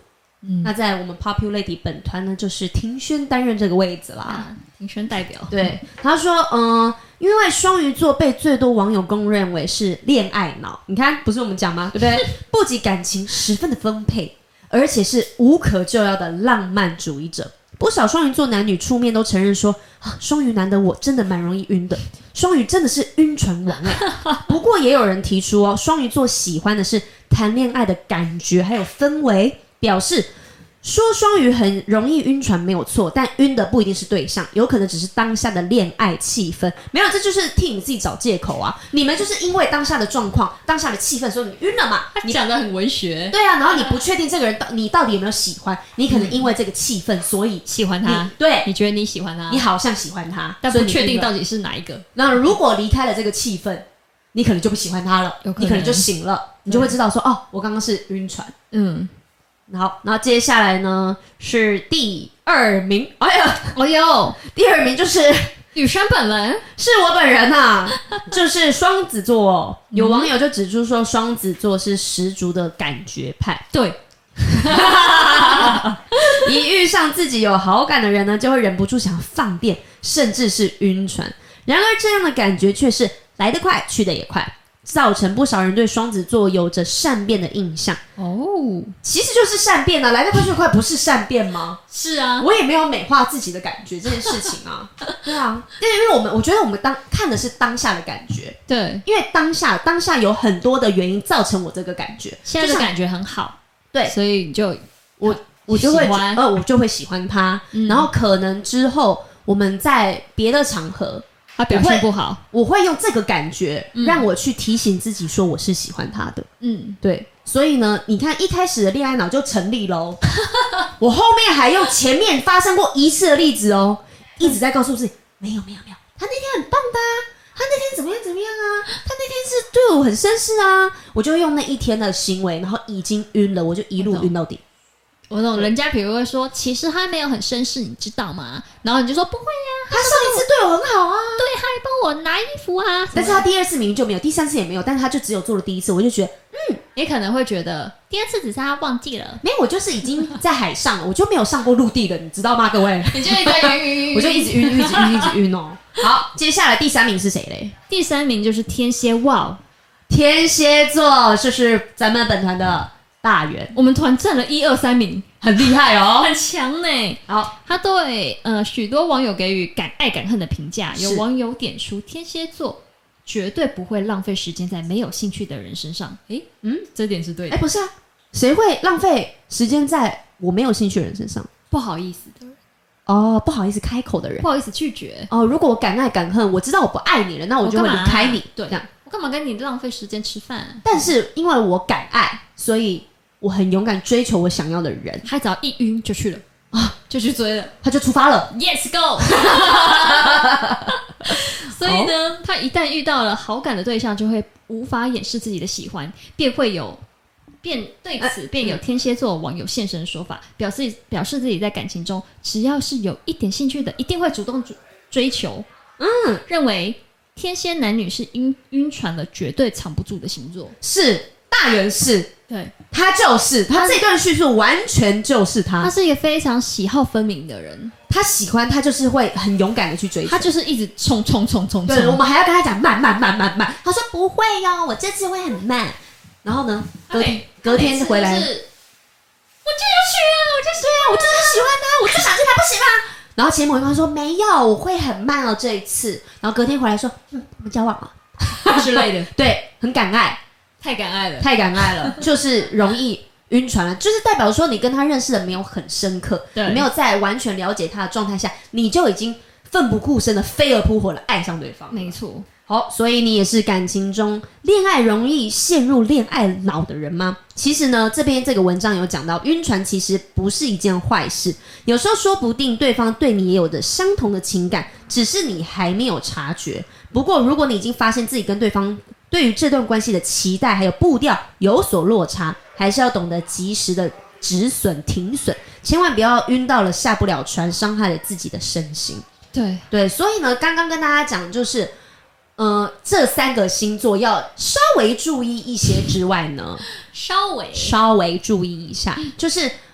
那在我们 Populate 本团呢，就是庭轩担任这个位置啦， 庭轩代表。 对，他说，因为双鱼座被最多网友公认为是恋爱脑，你看不是我们讲吗？对不对？不仅感情十分的丰沛，而且是无可救药的浪漫主义者。不少双鱼座男女出面都承认说，双鱼男的我真的蛮容易晕的，双鱼真的是晕船王不过也有人提出双鱼座喜欢的是谈恋爱的感觉还有氛围，表示说双鱼很容易晕船没有错，但晕的不一定是对象，有可能只是当下的恋爱气氛。没有，这就是替你自己找借口啊！你们就是因为当下的状况、当下的气氛，所以你晕了嘛？ 你讲得很文学。 对啊，然后你不确定这个人你到底有没有喜欢，你可能因为这个气氛，所以喜欢他。 对， 你觉得你喜欢他， 你好像喜欢他， 但不确定到底是哪一个。 那如果离开了这个气氛，你可能就不喜欢他了，你可能就醒了，你就会知道说，我刚刚是晕船。好，然后接下来呢是第2名，第2名就是雨山本人， 是我本人啊，就是双子座。有网友就指出说，双子座是十足的感觉派。 对， 一遇上自己有好感的人呢，就会忍不住想放电，甚至是晕船。然而这样的感觉却是来得快，去得也快。造成不少人对双子座有着善变的印象其实就是善变啊，来得快去得快不是善变吗？ 是啊， 我也没有美化自己的感觉这件事情啊，对啊，因为我觉得我们看的是当下的感觉， 对， 因为当下有很多的原因造成我这个感觉， 现在的感觉很好， 对， 所以我就会我就会喜欢他，然后可能之后我们在别的场合。 他表现不好， 我会用这个感觉让我去提醒自己说我是喜欢他的。对，所以呢，你看一开始的恋爱脑就成立咯我后面还用前面发生过一次的例子一直在告诉自己没有，他那天很棒的他那天怎么样他那天是对我很绅士我就用那一天的行为，然后已经晕了，我就一路晕到底。 我懂，人家比如会说，其实他没有很绅士，你知道吗？然后你就说不会他上一次对我很好对，他还帮我拿衣服但是他第2次明明就没有，第3次也没有，但是他就只有做了第1次，我就觉得也可能会觉得第2次只是他忘记了， 没有，我就是已经在海上了，我就没有上过陆地了，你知道吗，各位？ 你就一直晕， 我就一直晕好，接下来第3名是谁嘞？ 第3名就是天蝎， 天蝎座就是咱们本团的大圆， 我们团占了1、2、3名， 很厉害很强呢。 好， 他对许多网友给予敢爱敢恨的评价，有网友点出天蝎座绝对不会浪费时间在没有兴趣的人身上。这点是对的。 不是谁会浪费时间在我没有兴趣的人身上？ 不好意思的人不好意思开口的人， 不好意思拒绝如果我敢爱敢恨，我知道我不爱你了，那我就会离开你。 对，这样我干嘛跟你浪费时间吃饭？ 但是因为我敢爱，所以我很勇敢追求我想要的人。 他只要一晕就去了就去追了， 他就出发了。 Yes go 所以呢他一旦遇到了好感的对象，就会无法掩饰自己的喜欢，便对此便有天蝎座网友现身说法，表示自己在感情中只要是有一点兴趣的，一定会主动追求。认为天蝎男女是晕船的绝对藏不住的星座。 是大圆是， 对， 他这段叙述完全就是他是一个非常喜好分明的人， 他喜欢他就是会很勇敢的去追求， 他就是一直冲。 对，我们还要跟他讲慢，他说不会哟，我这次会很慢。然后呢，隔天回来，我就要去我就是喜欢他，我就想进来，不行吗？然后前某一方说没有，我会很慢这一次。然后隔天回来说，我们交往了之类的， 对，很敢爱， 太敢爱了， 就是容易晕船了，就是代表说你跟他认识的没有很深刻，你没有在完全了解他的状态下，你就已经奋不顾身的飞蛾扑火的爱上对方。 没错。 好，所以你也是感情中恋爱容易陷入恋爱脑的人吗？其实呢，这边这个文章有讲到，晕船其实不是一件坏事，有时候说不定对方对你也有着相同的情感，只是你还没有察觉。不过如果你已经发现自己跟对方对于这段关系的期待还有步调有所落差，还是要懂得及时的止损停损，千万不要晕到了下不了船，伤害了自己的身心。对，所以呢，刚刚跟大家讲就是这3个星座要稍微注意一些之外呢， 稍微注意一下，就是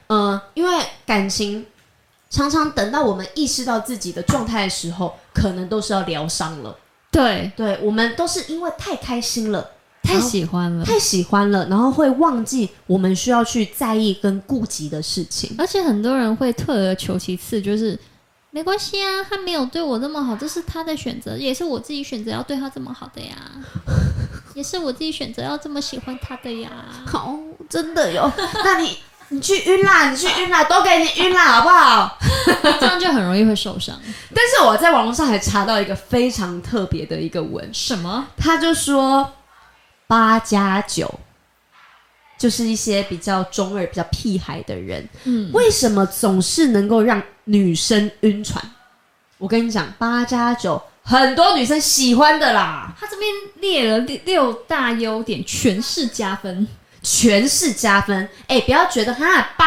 因为感情常常等到我们意识到自己的状态的时候，可能都是要疗伤了。 对， 我们都是因为太开心了， 太喜欢了， 然后会忘记我们需要去在意跟顾及的事情。 而且很多人会退而求其次，就是没关系啊，他没有对我那么好，这是他的选择，也是我自己选择要对他这么好的呀，也是我自己选择要这么喜欢他的呀。 好，真的有？那你去晕啦，都给你晕啦，好不好？ 这样就很容易会受伤。 但是我在网络上还查到一个非常特别的一个文， 什么？ 他就说8+9就是一些比较中二、比较屁孩的人，为什么总是能够让女生晕船？我跟你讲，8+9很多女生喜欢的啦。 他这边列了6大优点，全是加分。 不要觉得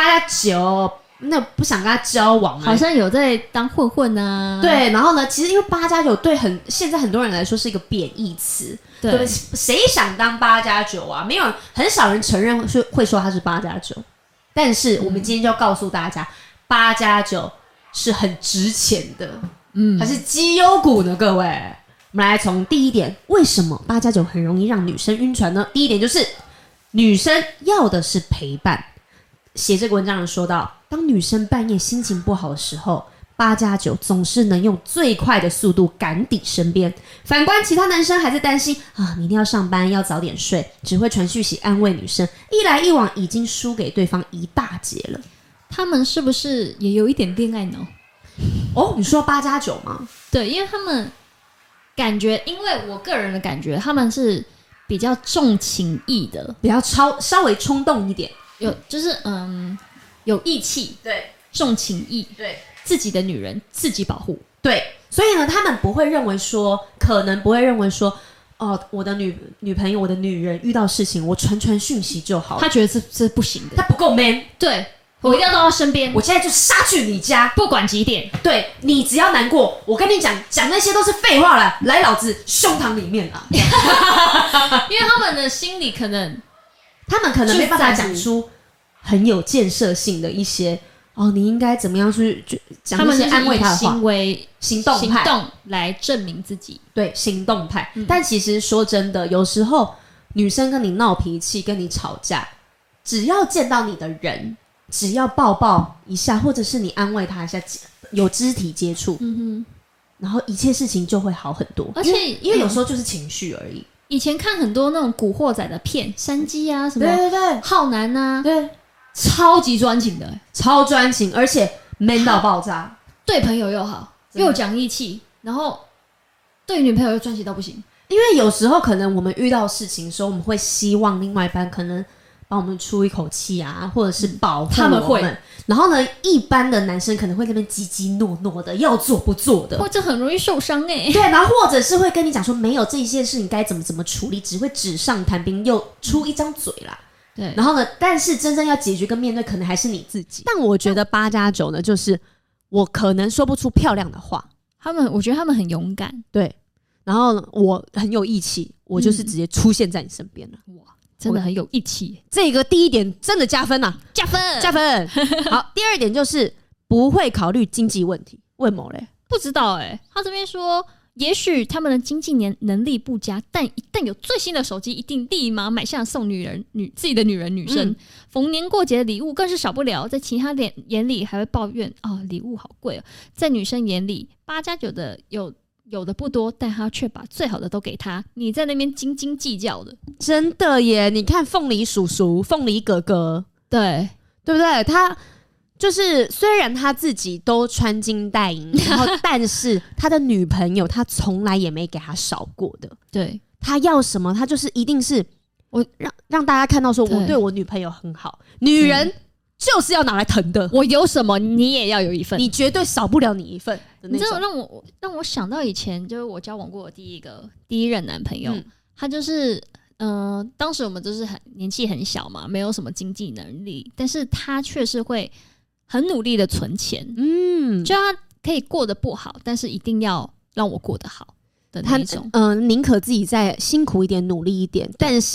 8+9那不想跟他交往， 好像有在当混混啊。 对，然后呢，其实因为8+9对现在很多人来说是一个贬义词，对，谁想当8+9啊？没有，很少人承认会说他是8+9。但是我们今天就要告诉大家，8+9是很值钱的，还是绩优股呢？各位，我们来从第一点，为什么8+9很容易让女生晕船呢？第一点就是女生要的是陪伴。写这个文章人说到，当女生半夜心情不好的时候，8+9总是能用最快的速度赶抵身边。反观其他男生还在担心啊，明天要上班，要早点睡，只会传讯息安慰女生，一来一往已经输给对方一大截了。 他们是不是也有一点恋爱脑？ 哦，你说8+9吗？ 对，因为他们感觉，因为我个人的感觉，他们是比较重情义的， 比较稍微冲动一点。 就是有义气，对，重情义，对，自己的女人自己保护， 对，所以呢，他们可能不会认为说，哦，我的女朋友，我的女人遇到事情，我传讯息就好了。 他觉得这不行的， 他不够 man， 对，我一定要到他身边， 我现在就杀去你家， 不管几点， 对，你只要难过，我跟你讲那些都是废话了，来老子胸膛里面啊！ 因为他们的心里他们可能没办法讲出很有建设性的一些你应该怎么样去讲一些安慰他的话，行动来证明自己， 对，行动派。但其实说真的，有时候女生跟你闹脾气，跟你吵架，只要见到你的人，只要抱抱一下，或者是你安慰她一下，有肢体接触，然后一切事情就会好很多。而且因为有时候就是情绪而已。 以前看很多那种古惑仔的片，山鸡啊什么， 对， 浩南啊， 对， 超级专情的， 超专情，而且 man 到爆炸， 对朋友又好，又讲义气，然后对女朋友又专情到不行。 因为有时候可能我们遇到事情的时候，我们会希望另外一半可能帮我们出一口气啊，或者是保护我们。他们会。然后呢，一般的男生可能会在那边唧唧诺诺的，要做不做的， 或者很容易受伤对，然后或者是会跟你讲说没有这一些事情该怎么处理，只会纸上谈兵，又出一张嘴啦。对，然后呢，但是真正要解决跟面对，可能还是你自己。但我觉得8+9呢，就是我可能说不出漂亮的话， 我觉得他们很勇敢， 对，然后我很有义气，我就是直接出现在你身边了。 哇！真的很有义气， 这个第一点真的加分啊，加分。好，第二点就是不会考虑经济问题，为什么嘞？ 不知道他这边说，也许他们的经济能力不佳，但一旦有最新的手机，一定立马买下送自己的女生。逢年过节的礼物更是少不了，在其他眼里还会抱怨礼物好贵哦。在女生眼里，8+9的有的不多，但他却把最好的都给他。你在那边斤斤计较的， 真的耶！你看凤梨叔叔、凤梨哥哥，对不对？他就是虽然他自己都穿金戴银，然后但是他的女朋友他从来也没给他少过的。对，他要什么，他就是一定是我让大家看到说我对我女朋友很好，女人就是要拿来疼的。 我有什么你也要有一份， 你绝对少不了你一份。 你知道让我想到以前就是我交往过的第一任男朋友，他就是当时我们就是年纪很小嘛，没有什么经济能力，但是他却是会很努力的存钱，就他可以过得不好，但是一定要让我过得好的那一种。 宁可自己再辛苦一点、努力一点，但是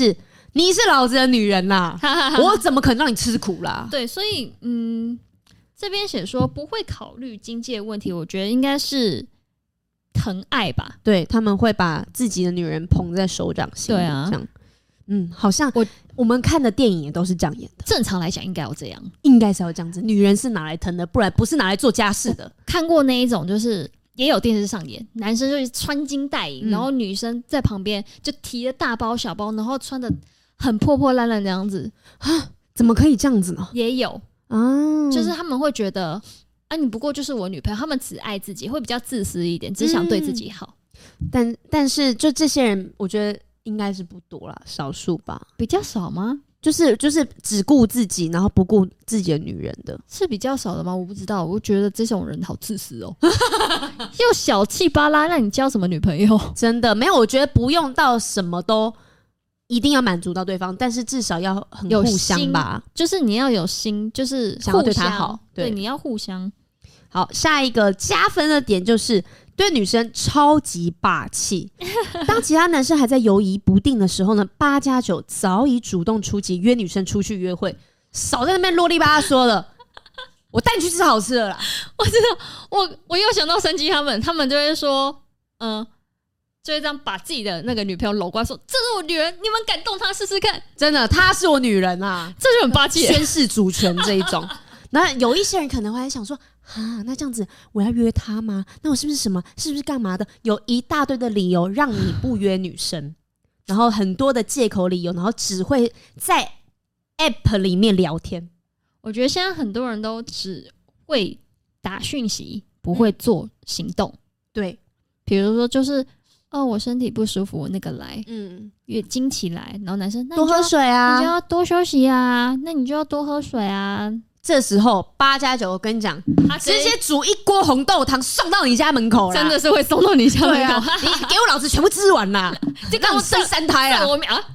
你是老子的女人啦，我怎么可能让你吃苦啦？ 对，所以这边写说不会考虑经济的问题，我觉得应该是疼爱吧。 对，他们会把自己的女人捧在手掌心。对啊，这样，好像我们看的电影也都是这样演的。 正常来讲应该要这样， 应该是要这样子。女人是拿来疼的，不然不是拿来做家事的。 看过那一种，就是也有电视上演，男生就是穿金戴银，然后女生在旁边就提着大包小包，然后穿的很破破烂烂这样子啊？怎么可以这样子呢？ 也有啊，就是他们会觉得啊，你不过就是我女朋友，他们只爱自己，会比较自私一点，只想对自己好。 但是就这些人，我觉得应该是不多啦，少数吧。 比较少吗？ 就是只顾自己，然后不顾自己的女人的， 是比较少的吗？我不知道，我觉得这种人好自私哦，又小气巴拉，那你交什么女朋友？ 真的没有，我觉得不用到什么都一定要满足到对方，但是至少要很互相吧， 就是你要有心，就是想要对他好， 对，你要互相。 好，下一个加分的点就是对女生超级霸气。当其他男生还在犹疑不定的时候呢，8+9早已主动出击，约女生出去约会，少在那边啰里吧嗦了。我带你去吃好吃的啦。 我知道，我又想到神吉他们就会说，就会这样把自己的那个女朋友搂过来说：“这是我女人，你们敢动她试试看？” 真的，她是我女人啊， 这就很霸气， 宣示主权这一种。那有一些人可能会想说，那这样子我要约她吗？那我是不是干嘛的？有一大堆的理由让你不约女生，然后很多的借口理由，然后只会在 App 里面聊天。 我觉得现在很多人都只会打讯息，不会做行动。 对， 比如说就是我身体不舒服，我那个来，月经期来，然后男生那多喝水啊， 你就要多休息啊，那你就要多喝水啊。 这时候8+9，我跟你讲，直接煮一锅红豆汤送到你家门口啦， 真的是会送到你家门口。 你给我老子全部吃完啦，就让我生3胎啦！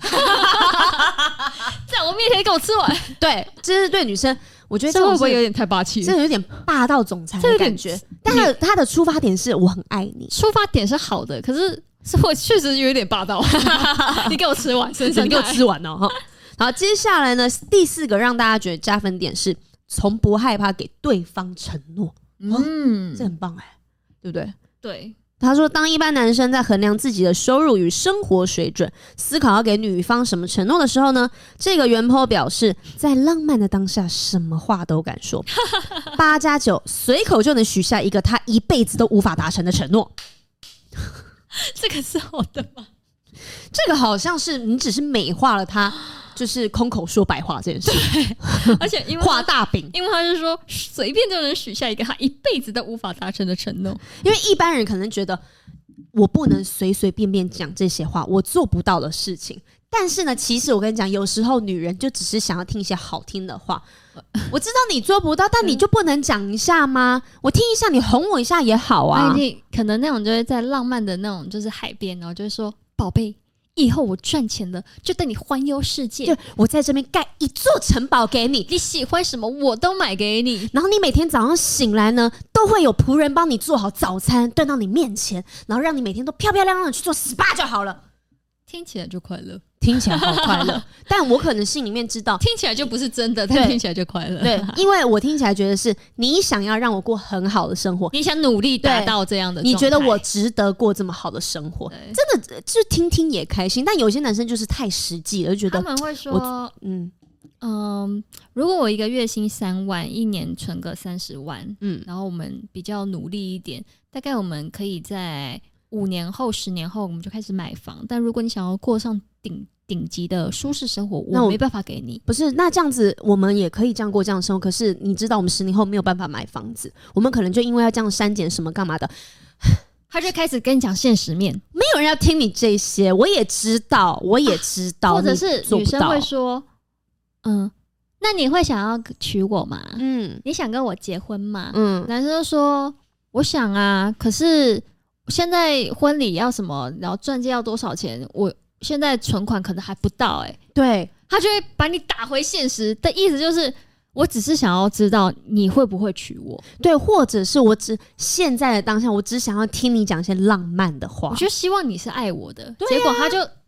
在我面前给我吃完。 对，这是对女生，我觉得这会不会有点太霸气？ 这有点霸道总裁的感觉。但他的出发点是我很爱你， 出发点是好的，可是我确实有点霸道。你给我吃完， 你给我吃完哦。好，接下来呢，第4个让大家觉得加分点是从不害怕给对方承诺。这很棒对不对？ 对。 他说，当一般男生在衡量自己的收入与生活水准，思考要给女方什么承诺的时候呢，这个原 po 表示，在浪漫的当下，什么话都敢说。8+9随口就能许下一个他一辈子都无法达成的承诺。 这个是好的吗？ 这个好像是你只是美化了他，就是空口说白话这件事。 对，而且因为画大饼， 因为他是说随便就能许下一个他一辈子都无法达成的承诺。 因为一般人可能觉得我不能随随便便讲这些话，我做不到的事情。但是呢，其实我跟你讲，有时候女人就只是想要听一些好听的话。我知道你做不到，但你就不能讲一下吗？我听一下，你哄我一下也好啊。 可能那种就会在浪漫的那种就是海边，然后就会说宝贝，以后我赚钱了就带你环游世界， 就我在这边盖一座城堡给你， 你喜欢什么我都买给你， 然后你每天早上醒来呢，都会有仆人帮你做好早餐端到你面前，然后让你每天都漂漂亮亮的去做 SPA 就好了。 听起来就快乐， 听起来好快乐。但我可能心里面知道， 听起来就不是真的，但听起来就快乐。 对，因为我听起来觉得是你想要让我过很好的生活， 你想努力达到这样的状态， 你觉得我值得过这么好的生活，真的就听听也开心。但有些男生就是太实际了，就觉得他们会说，如果我一个月薪3万，一年存个30万，然后我们比较努力一点，大概我们可以在5年后、10年后，我们就开始买房。但如果你想要过上顶级的舒适生活，我没办法给你。 不是，那这样子我们也可以这样过这样的生活。可是你知道，我们10年后没有办法买房子，我们可能就因为要这样删减什么干嘛的， 他就开始跟你讲现实面。 没有人要听你这些，我也知道，或者是女生会说，那你会想要娶我吗？你想跟我结婚吗？男生就说，我想啊，可是现在婚礼要什么，然后钻戒要多少钱？我现在存款可能还不到对， 他就会把你打回现实的意思就是，我只是想要知道你会不会娶我， 对，或者是现在的当下，我只想要听你讲一些浪漫的话。 我就希望你是爱我的，结果他就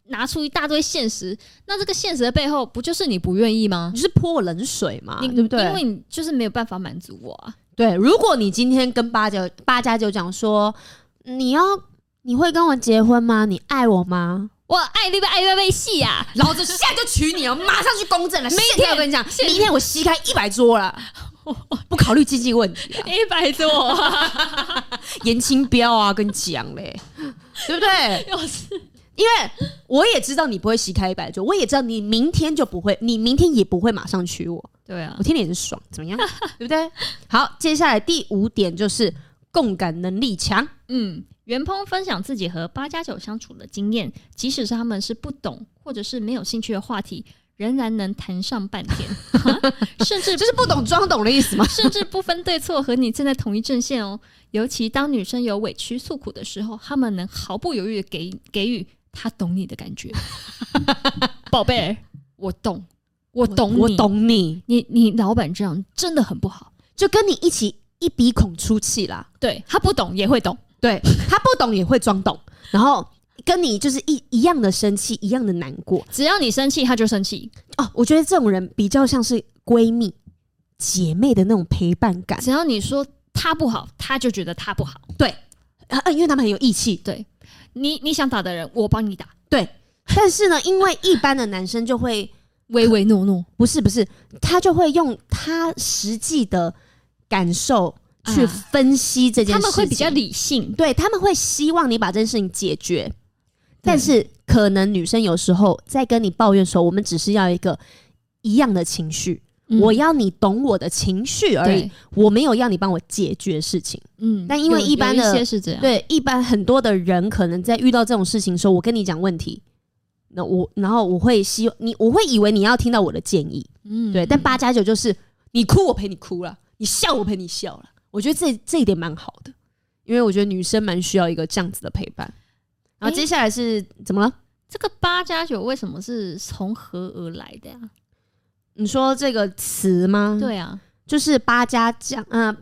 拿出一大堆现实，那这个现实的背后不就是你不愿意吗？ 你就是泼我冷水嘛，对不对？ 因为你就是没有办法满足我啊。 对，如果你今天跟8+9讲说你会跟我结婚吗？你爱我吗？ 我爱你，爱被戏呀！ 老子现在就娶你哦，马上去公证了。现在我跟你讲，明天我席开100桌了，不考虑经济问题、啊。 100桌， 严清标啊，跟你讲嘞，对不对？因为我也知道你不会席开100桌，我也知道你明天就不会，你明天也不会马上娶我。 对啊， 我听你也是爽，怎么样？对不对？好，接下来第5点就是共感能力强。 袁鹏分享自己和8+9相处的经验，即使是他们是不懂或者是没有兴趣的话题，仍然能谈上半天，甚至就是不懂装懂的意思吗？ 甚至不分对错，和你站在同一阵线哦。尤其当女生有委屈诉苦的时候，他们能毫不犹豫的给予他懂你的感觉。宝贝，我懂，我懂你， 我懂你。 你老板这样真的很不好， 就跟你一起一鼻孔出气啦。 对，他不懂也会懂。 对，他不懂也会装懂，然后跟你就是一样的生气，一样的难过。 只要你生气，他就生气。哦， 我觉得这种人比较像是闺蜜、姐妹的那种陪伴感。 只要你说他不好，他就觉得他不好。 对，因为他们很有义气。 对，你想打的人，我帮你打。 对，但是呢，因为一般的男生就会唯唯诺诺， 不是，他就会用他实际的感受。去分析这件事情， 他们会比较理性， 对，他们会希望你把这件事情解决，但是可能女生有时候在跟你抱怨的时候，我们只是要一个一样的情绪，我要你懂我的情绪而已，我没有要你帮我解决事情。但因为一般的有一些是这样， 对，一般很多的人可能在遇到这种事情的时候，我跟你讲问题，然后我会我会以为你要听到我的建议，对，但8+9就是你哭我陪你哭了，你笑我陪你笑了。我觉得这一点蛮好的，因为我觉得女生蛮需要一个这样子的陪伴。然后接下来是怎么了？ 这个8+9为什么是从何而来的呀？ 你说这个词吗？ 对啊， 就是8+酱啊。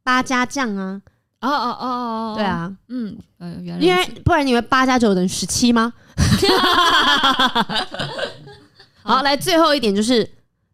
对啊， 原来因为不然你以为8+9等于17吗？好，来最后一点就是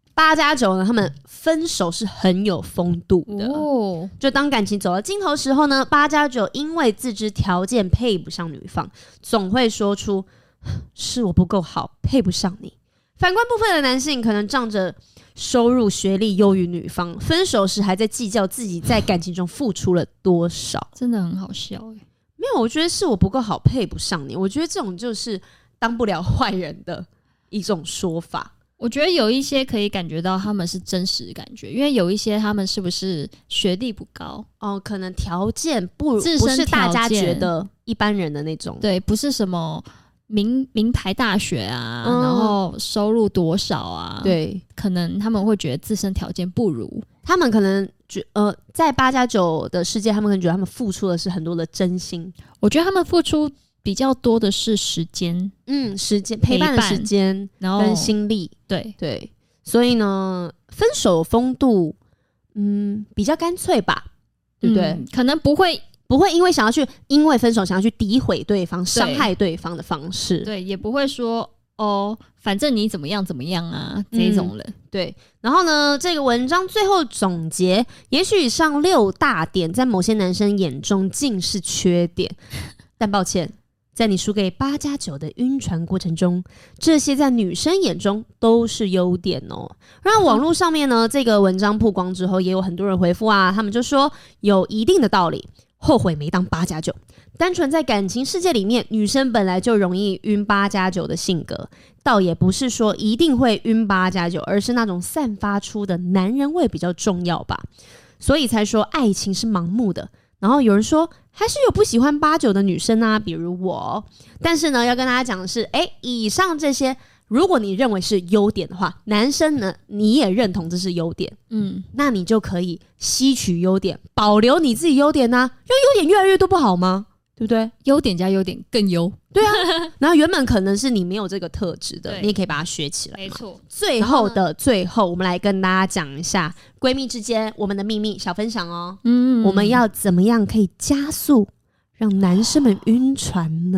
8+9呢，他们分手是很有风度的。就当感情走到尽头时候呢，8+9因为自知条件配不上女方，总会说出是我不够好，配不上你。反观部分的男性可能仗着收入学历优于女方，分手时还在计较自己在感情中付出了多少。 真的很好笑欸。 没有，我觉得是我不够好，配不上你。我觉得这种就是当不了坏人的一种说法。 我觉得有一些可以感觉到他们是真实的感觉，因为有一些他们是不是学历不高哦，可能条件不是大家觉得一般人的那种， 对，不是什么名牌大学啊，然后收入多少啊， 对， 可能他们会觉得自身条件不如， 他们可能在8+9的世界，他们可能觉得他们付出的是很多的真心。 我觉得他们付出比较多的是时间， 时间陪伴的时间，然后跟心力，对，所以呢，分手风度，比较干脆吧，对不对？ 可能不会因为分手想要去诋毁对方、伤害对方的方式， 对，也不会说反正你怎么样怎么样啊这种人， 对。然后呢，这个文章最后总结，也许以上6大点在某些男生眼中尽是缺点，但抱歉。在你输给8+9的晕船过程中，这些在女生眼中都是优点哦。然后网络上面呢，这个文章曝光之后，也有很多人回复啊，他们就说有一定的道理，后悔没当8+9。单纯在感情世界里面，女生本来就容易晕8+9的性格，倒也不是说一定会晕8+9，而是那种散发出的男人味比较重要吧。所以才说爱情是盲目的。然后有人说还是有不喜欢8+9的女生啊，比如我。但是呢，要跟大家讲的是，以上这些，如果你认为是优点的话，男生呢你也认同这是优点，那你就可以吸取优点，保留你自己优点啊，因为优点越来越多不好吗？对不对？ 优点加优点更优， 对啊。然后原本可能是你没有这个特质的，你也可以把它学起来嘛。 没错。 最后的最后，我们来跟大家讲一下闺蜜之间我们的秘密小分享哦。我们要怎么样可以加速让男生们晕船呢？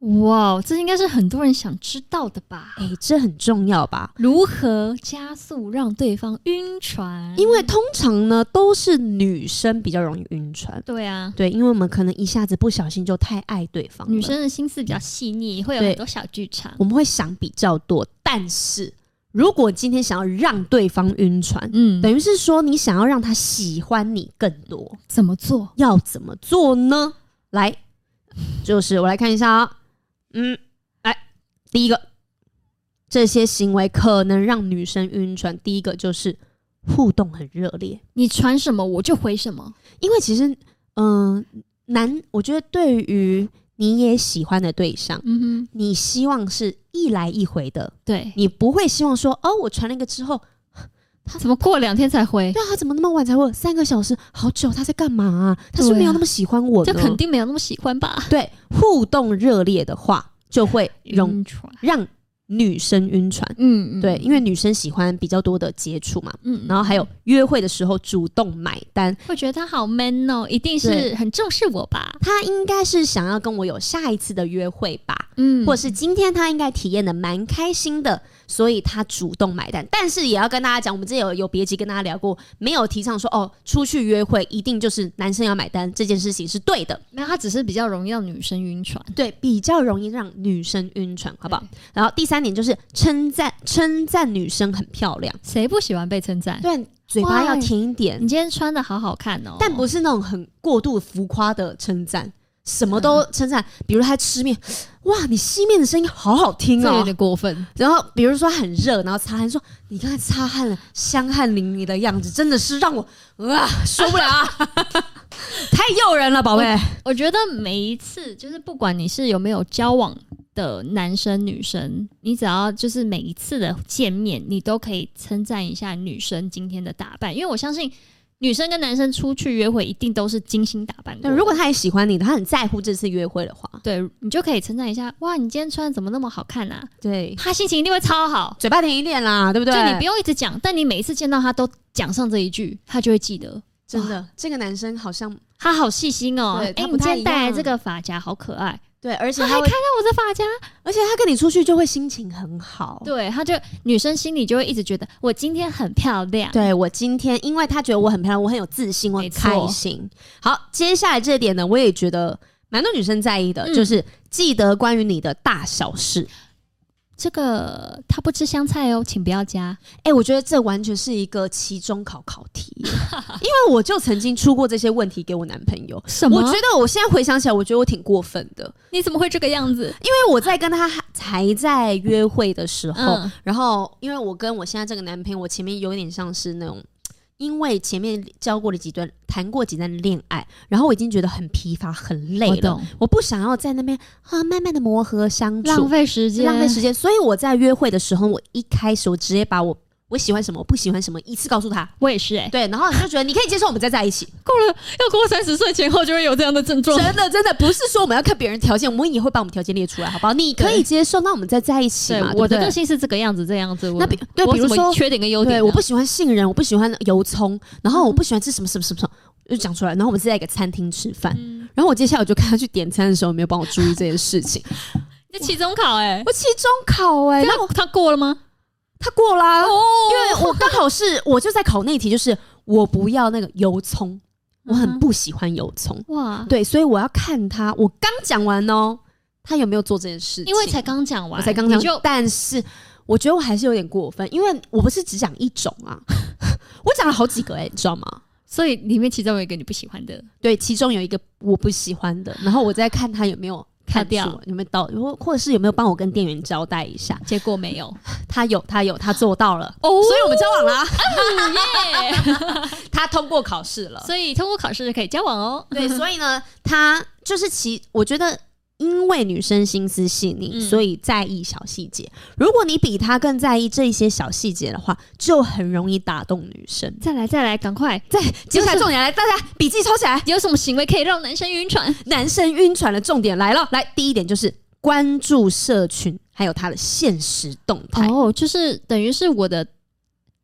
哇，这应该是很多人想知道的吧？ 这很重要吧？ 如何加速让对方晕船？ 因为通常呢都是女生比较容易晕船。 对啊， 对，因为我们可能一下子不小心就太爱对方了。 女生的心思比较细腻，会有很多小剧场， 我们会想比较多。但是如果今天想要让对方晕船，等于是说你想要让他喜欢你更多， 怎么做？ 要怎么做呢？来，就是我来看一下啊。来，第一个，这些行为可能让女生晕船。第一个就是互动很热烈， 你传什么我就回什么。 因为其实，我觉得对于你也喜欢的对象，你希望是一来一回的， 对， 你不会希望说，我传了一个之后， 他怎么过2天才回？ 对啊，他怎么那么晚才回 ？3 个小时，好久，他在干嘛啊？他是没有那么喜欢我呢？ 这肯定没有那么喜欢吧？ 对，互动热烈的话，就会让女生晕船。对，因为女生喜欢比较多的接触嘛。然后还有约会的时候主动买单， 会觉得他好 man 哦，一定是很重视我吧？ 他应该是想要跟我有下一次的约会吧？或者是今天他应该体验的蛮开心的，所以他主动买单。但是也要跟大家讲，我们之前有别集跟大家聊过，没有提倡说出去约会一定就是男生要买单，这件事情是对的。 没有，他只是比较容易让女生晕船。 对，比较容易让女生晕船，好不好？然后第3点就是称赞女生很漂亮。 谁不喜欢被称赞？ 对，嘴巴要甜一点。 你今天穿的好好看哦， 但不是那种很过度浮夸的称赞。什么都称赞，比如他吃面，哇，你吸面的声音好好听哦， 这有点过分。 然后比如说很热，然后擦汗，说你刚才擦汗了，香汗淋漓的样子，真的是让我受不了啊，太诱人了，宝贝。 我觉得每一次就是不管你是有没有交往的男生女生，你只要就是每一次的见面，你都可以称赞一下女生今天的打扮，因为我相信女生跟男生出去约会一定都是精心打扮过的。 如果他也喜欢你的，他很在乎这次约会的话， 对，你就可以称赞一下，哇，你今天穿的怎么那么好看啊？ 对， 他心情一定会超好， 嘴巴甜一点啦，对不对？ 就你不用一直讲，但你每一次见到他都讲上这一句，他就会记得。 真的，这个男生好像他好细心哦。 你今天戴来这个发夹好可爱。 对，而且他还看到我的发夹， 而且他跟你出去就会心情很好。 对，他就女生心里就会一直觉得我今天很漂亮。 对，我今天，因为他觉得我很漂亮，我很有自信，我很开心。好，接下来这点呢，我也觉得蛮多女生在意的，就是记得关于你的大小事。 这个他不吃香菜哦，请不要加。 我觉得这完全是一个期中考题，因为我就曾经出过这些问题给我男朋友。 什么？ 我觉得我现在回想起来，我觉得我挺过分的。 你怎么会这个样子？ 因为我在跟他还在约会的时候，然后因为我跟我现在这个男朋友，我前面有点像是那种。因为前面谈过几段恋爱，然后我已经觉得很疲乏很累了，我不想要在那边慢慢的磨合相处， 浪费时间， 所以我在约会的时候，我一开始我直接把我喜欢什么，我不喜欢什么，一次告诉他。 我也是对，然后你就觉得你可以接受，我们再在一起。 要过30岁前后就会有这样的症状。 真的不是说我们要看别人条件，我们也会把我们条件列出来，好不好？你可以接受，那我们再在一起嘛。 我的个性是这个样子，这样子。 那比如说缺点跟优点， 对，我不喜欢杏仁，我不喜欢油葱，然后我不喜欢吃什么，就讲出来。然后我们是在一个餐厅吃饭，然后我接下来我就看他去点餐的时候，有没有帮我注意这件事情。 你期中考我期中考那他过了吗？ 他过啦，因为我刚好我就在考那题，就是我不要那个油葱，我很不喜欢油葱。哇，对，所以我要看他，我刚讲完哦，他有没有做这件事情？ 因为才刚讲完， 我才刚讲，但是我觉得我还是有点过分，因为我不是只讲一种啊，我讲了好几个你知道吗？ 所以里面其中有一个你不喜欢的， 对，其中有一个我不喜欢的，然后我再看他有没有。看掉有没有到，或者是有没有帮我跟店员交代一下？ 结果没有， 他做到了，所以我们交往啦。他通过考试了， 所以通过考试就可以交往哦。 对，所以呢，他就是我觉得。因为女生心思细腻，所以在意小细节。如果你比她更在意这些小细节的话，就很容易打动女生。 再来，赶快！ 接下来重点来，大家笔记抽起来。 有什么行为可以让男生晕船？ 男生晕船的重点来了，第一点就是关注社群，还有他的限时动态。 就是等于是我的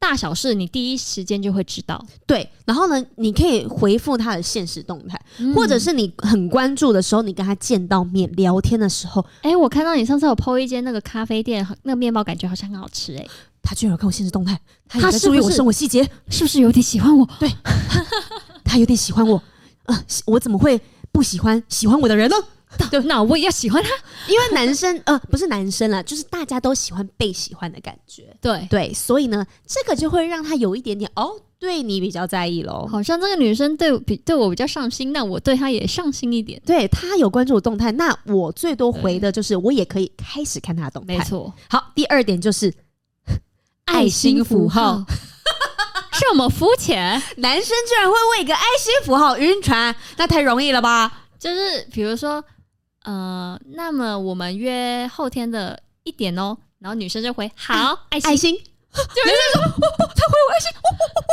大小事你第一时间就会知道。 对，然后呢，你可以回复他的现实动态，或者是你很关注的时候，你跟他见到面聊天的时候， 我看到你上次有 po 一间那个咖啡店，那个面包感觉好像很好吃他居然有看我现实动态，他也在注意我生活细节， 是不是有点喜欢我？ 对，他有点喜欢我，我怎么会不喜欢我的人呢？ 对，那我也要喜欢他， 因为男生不是男生啦，就是大家都喜欢被喜欢的感觉。对，所以呢，这个就会让他有一点点对你比较在意咯。 好像这个女生对我比较上心，那我对她也上心一点。 对，她有关注我动态，那我最多回的就是我也可以开始看她的动态。 没错。 好，第二点就是爱心符号。 这么肤浅， 男生居然会为一个爱心符号晕船，那太容易了吧？ 就是比如说那么我们约后天的1点哦，然后女生就回好，爱心，就男生说他回我爱心，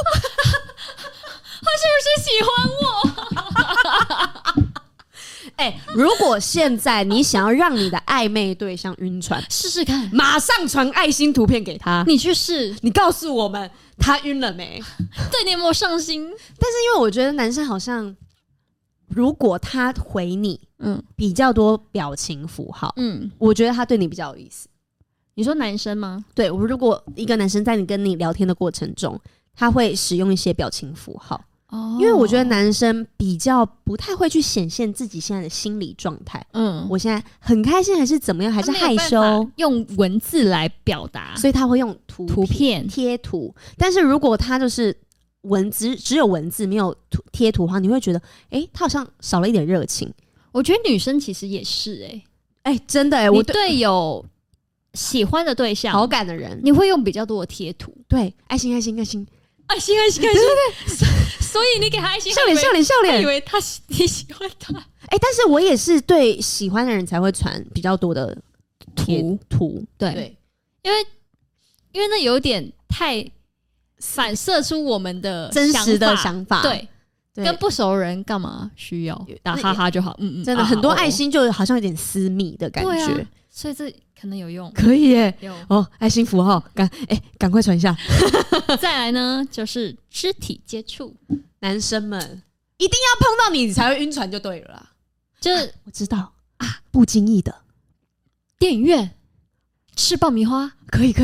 他是不是喜欢我？ 如果现在你想要让你的暧昧对象晕船， 试试看， 马上传爱心图片给他， 你去试， 你告诉我们他晕了没？ 对你有没有上心？ 但是因为我觉得男生好像，如果他回你，比较多表情符号，我觉得他对你比较有意思。 你说男生吗？ 对，如果一个男生在跟你聊天的过程中，他会使用一些表情符号，因为我觉得男生比较不太会去显现自己现在的心理状态。我现在很开心还是怎么样，还是害羞， 用文字来表达， 所以他会用图片贴图。但是如果他就是只有文字没有贴图的话，你会觉得他好像少了一点热情。我觉得女生其实也是真的我对有喜欢的对象、 好感的人， 你会用比较多的贴图， 对，爱心爱心爱心爱心爱心爱心，对，所以你给他爱心， 笑脸笑脸笑脸， 以为你喜欢他。 但是我也是对喜欢的人才会传比较多的图，对， 因为那有点太反射出我们的真实的想法， 对。跟不熟人干嘛需要打哈哈就好， 真的很多爱心就好像有点私密的感觉， 所以这可能有用， 可以爱心符号赶快传一下。 再来呢，就是肢体接触， 男生们一定要碰到你才会晕船就对了啦。就是我知道不经意的电影院吃爆米花， 可以碰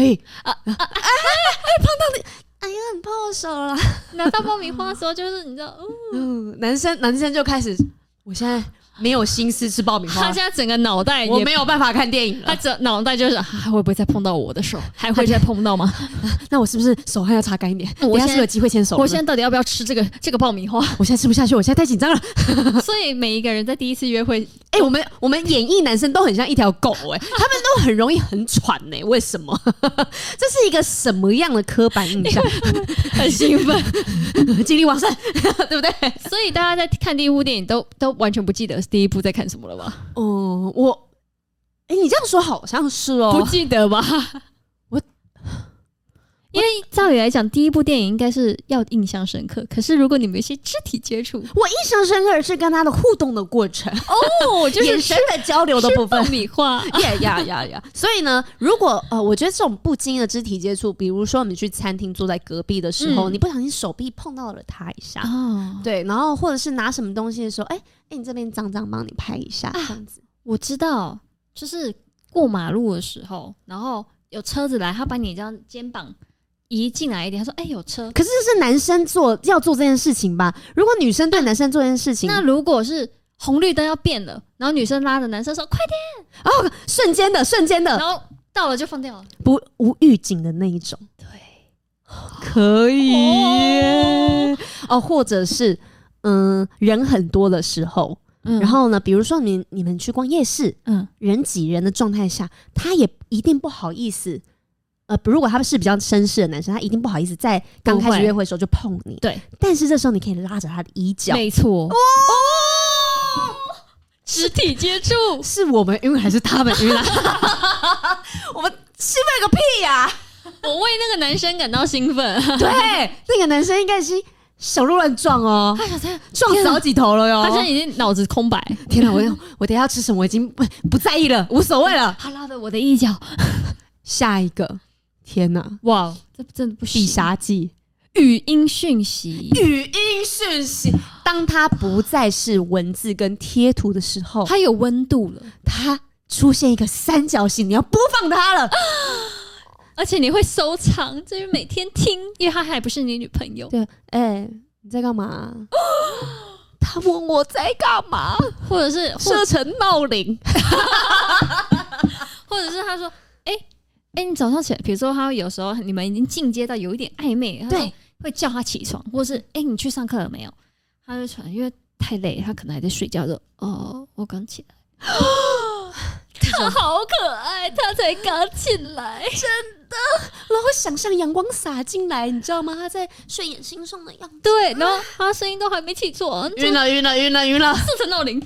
到你。很泡手了， 拿到爆米花的时候，就是你知道， 男生就开始，我现在没有心思吃爆米花， 他现在整个脑袋我没有办法看电影了， 他整脑袋就是还会不会再碰到我的手，还会再碰到吗？ 那我是不是手还要擦干一点？我现在是有机会牵手。 我现在到底要不要吃这个爆米花？ 我现在吃不下去，我现在太紧张了。 所以每一个人在第一次约会， 我们演艺男生都很像一条狗他们都很容易很喘为什么？这是一个什么样的刻板印象？ 很兴奋， 精力旺盛，对不对？ 所以大家在看第一部电影都完全不记得第一部在看什么了吧？ 你这样说好像是不记得吧？因为照理来讲，第一部电影应该是要印象深刻。可是如果你们有一些肢体接触， 我印象深刻是跟他的互动的过程就是眼神的交流的部分。 爆米花呀。所以呢，如果我觉得这种不经意的肢体接触，比如说我们去餐厅坐在隔壁的时候，你不小心手臂碰到了他一下，对，然后或者是拿什么东西的时候，你这边脏脏，帮你拍一下，这样子。 我知道，就是过马路的时候，然后有车子来，他把你这样肩膀移进来一点，他说有车。 可是这是男生要做这件事情吧？如果女生对男生做这件事情， 那如果是红绿灯要变了，然后女生拉着男生说快点， 瞬间的， 然后到了就放掉了， 无预警的那一种。 对， 可以耶或者是人很多的时候，然后呢，比如说你们去逛夜市，人挤人的状态下，他也一定不好意思。如果他是比较绅士的男生，他一定不好意思在刚开始约会的时候就碰你。对，但是这时候你可以拉着他的衣角。 没错。肢体接触是我们晕还是他们晕啊？我们兴奋个屁呀！ 我为那个男生感到兴奋。 对，那个男生应该是小鹿乱撞撞死好几头了哟。 他现在已经脑子空白。 天哪，我等一下要吃什么，我已经不在意了，无所谓了。 他拉着我的衣角。 下一个天哪， 哇，这真的不行！ 必杀技， 语音讯息， 当它不再是文字跟贴图的时候， 它有温度了， 它出现一个三角形，你要播放它了， 而且你会收藏，就是每天听，因为它还不是你女朋友。 对，你在干嘛？他问我在干嘛， 或者是设成闹铃， 或者是他说，你早上起来，比如说他有时候你们已经进阶到有一点暧昧，对，会叫他起床，或者是你去上课了没有？他就传，因为太累，他可能还在睡觉，就我刚起来。他好可爱，他才刚起来， 真的。然后想象阳光洒进来，你知道吗？他在睡眼惺忪的样子。 对，然后他声音都还没起床， 晕了， 设成闹铃。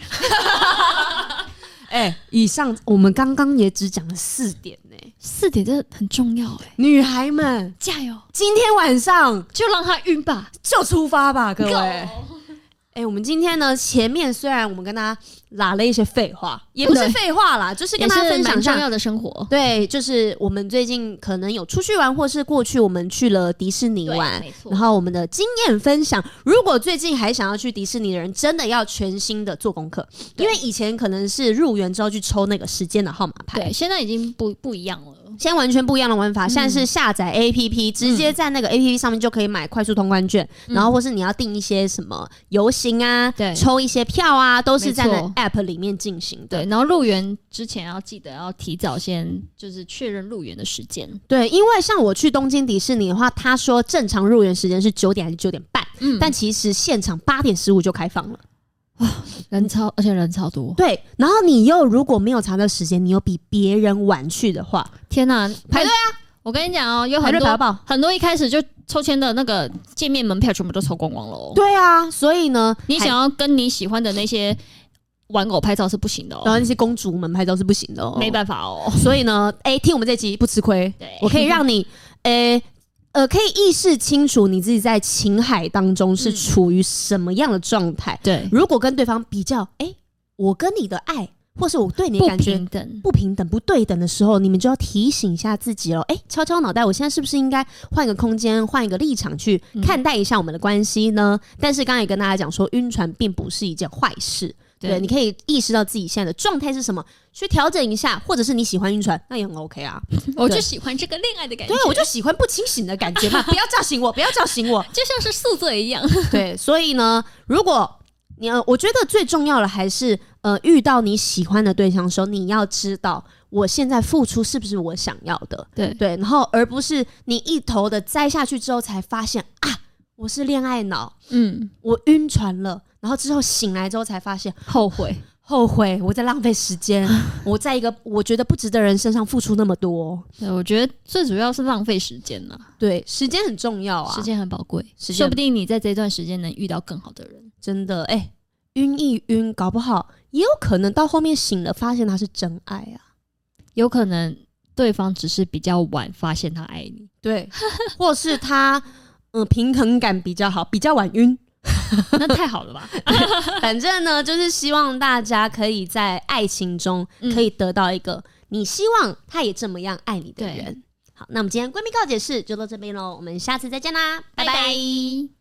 以上我们刚刚也只讲了4点呢 ，4点真的很重要女孩们加油！ 今天晚上就让他晕吧， 就出发吧，各位。我们今天呢，前面虽然我们跟大家拉了一些废话，也不是废话啦，就是跟大家分享重要的生活。 对，就是我们最近可能有出去玩，或是过去我们去了迪士尼玩，然后我们的经验分享。如果最近还想要去迪士尼的人，真的要全心的做功课，因为以前可能是入园之后去抽那个时间的号码牌， 对，现在已经不一样了。 现在完全不一样的玩法，现在是下载 APP，直接在那个 APP 上面就可以买快速通关券，然后或是你要订一些什么游行啊，抽一些票啊，都是在那 App 里面进行的。 对，然后入园之前要记得要提早先就是确认入园的时间。 对，因为像我去东京迪士尼的话，他说正常入园时间是9点还是9点半，但其实现场8点15就开放了。 而且人超多。 对，然后你又如果没有查到时间，你又比别人晚去的话， 天哪， 排队啊！ 我跟你讲有很多一开始就抽签的那个见面门票全部都抽光光了。 对啊，所以呢， 你想要跟你喜欢的那些玩偶拍照是不行的然后那些公主们拍照是不行的没办法所以呢，听我们这集不吃亏，我可以让你可以意识清楚你自己在情海当中是处于什么样的状态。 对， 如果跟对方比较，我跟你的爱，或是我对你的感觉不平等、不对等的时候，你们就要提醒一下自己了。敲敲脑袋，我现在是不是应该换一个空间、换一个立场去看待一下我们的关系呢？但是刚才也跟大家讲说，晕船并不是一件坏事。对，你可以意识到自己现在的状态是什么，去调整一下，或者是你喜欢晕船，那也很 OK 啊。 我就喜欢这个恋爱的感觉， 对，我就喜欢不清醒的感觉嘛，不要叫醒我，不要叫醒我， 就像是宿醉一样。 对，所以呢，如果我觉得最重要的还是遇到你喜欢的对象的时候，你要知道我现在付出是不是我想要的，对，然后而不是你一头的栽下去之后才发现我是恋爱脑，我晕船了。然后之后醒来之后才发现后悔， 我在浪费时间，我在一个我觉得不值得人身上付出那么多。 对，我觉得最主要是浪费时间啦。 对，时间很重要啊， 时间很宝贵，说不定你在这段时间能遇到更好的人。 真的，晕一晕，搞不好也有可能到后面醒了，发现他是真爱啊。 有可能对方只是比较晚发现他爱你， 对，或是他平衡感比较好，比较晚晕。 那太好了吧反正呢就是希望大家可以在爱情中可以得到一个你希望他也这么样爱你的人。好，那我们今天闺蜜告解室就到这边咯，我们下次再见啦，拜拜。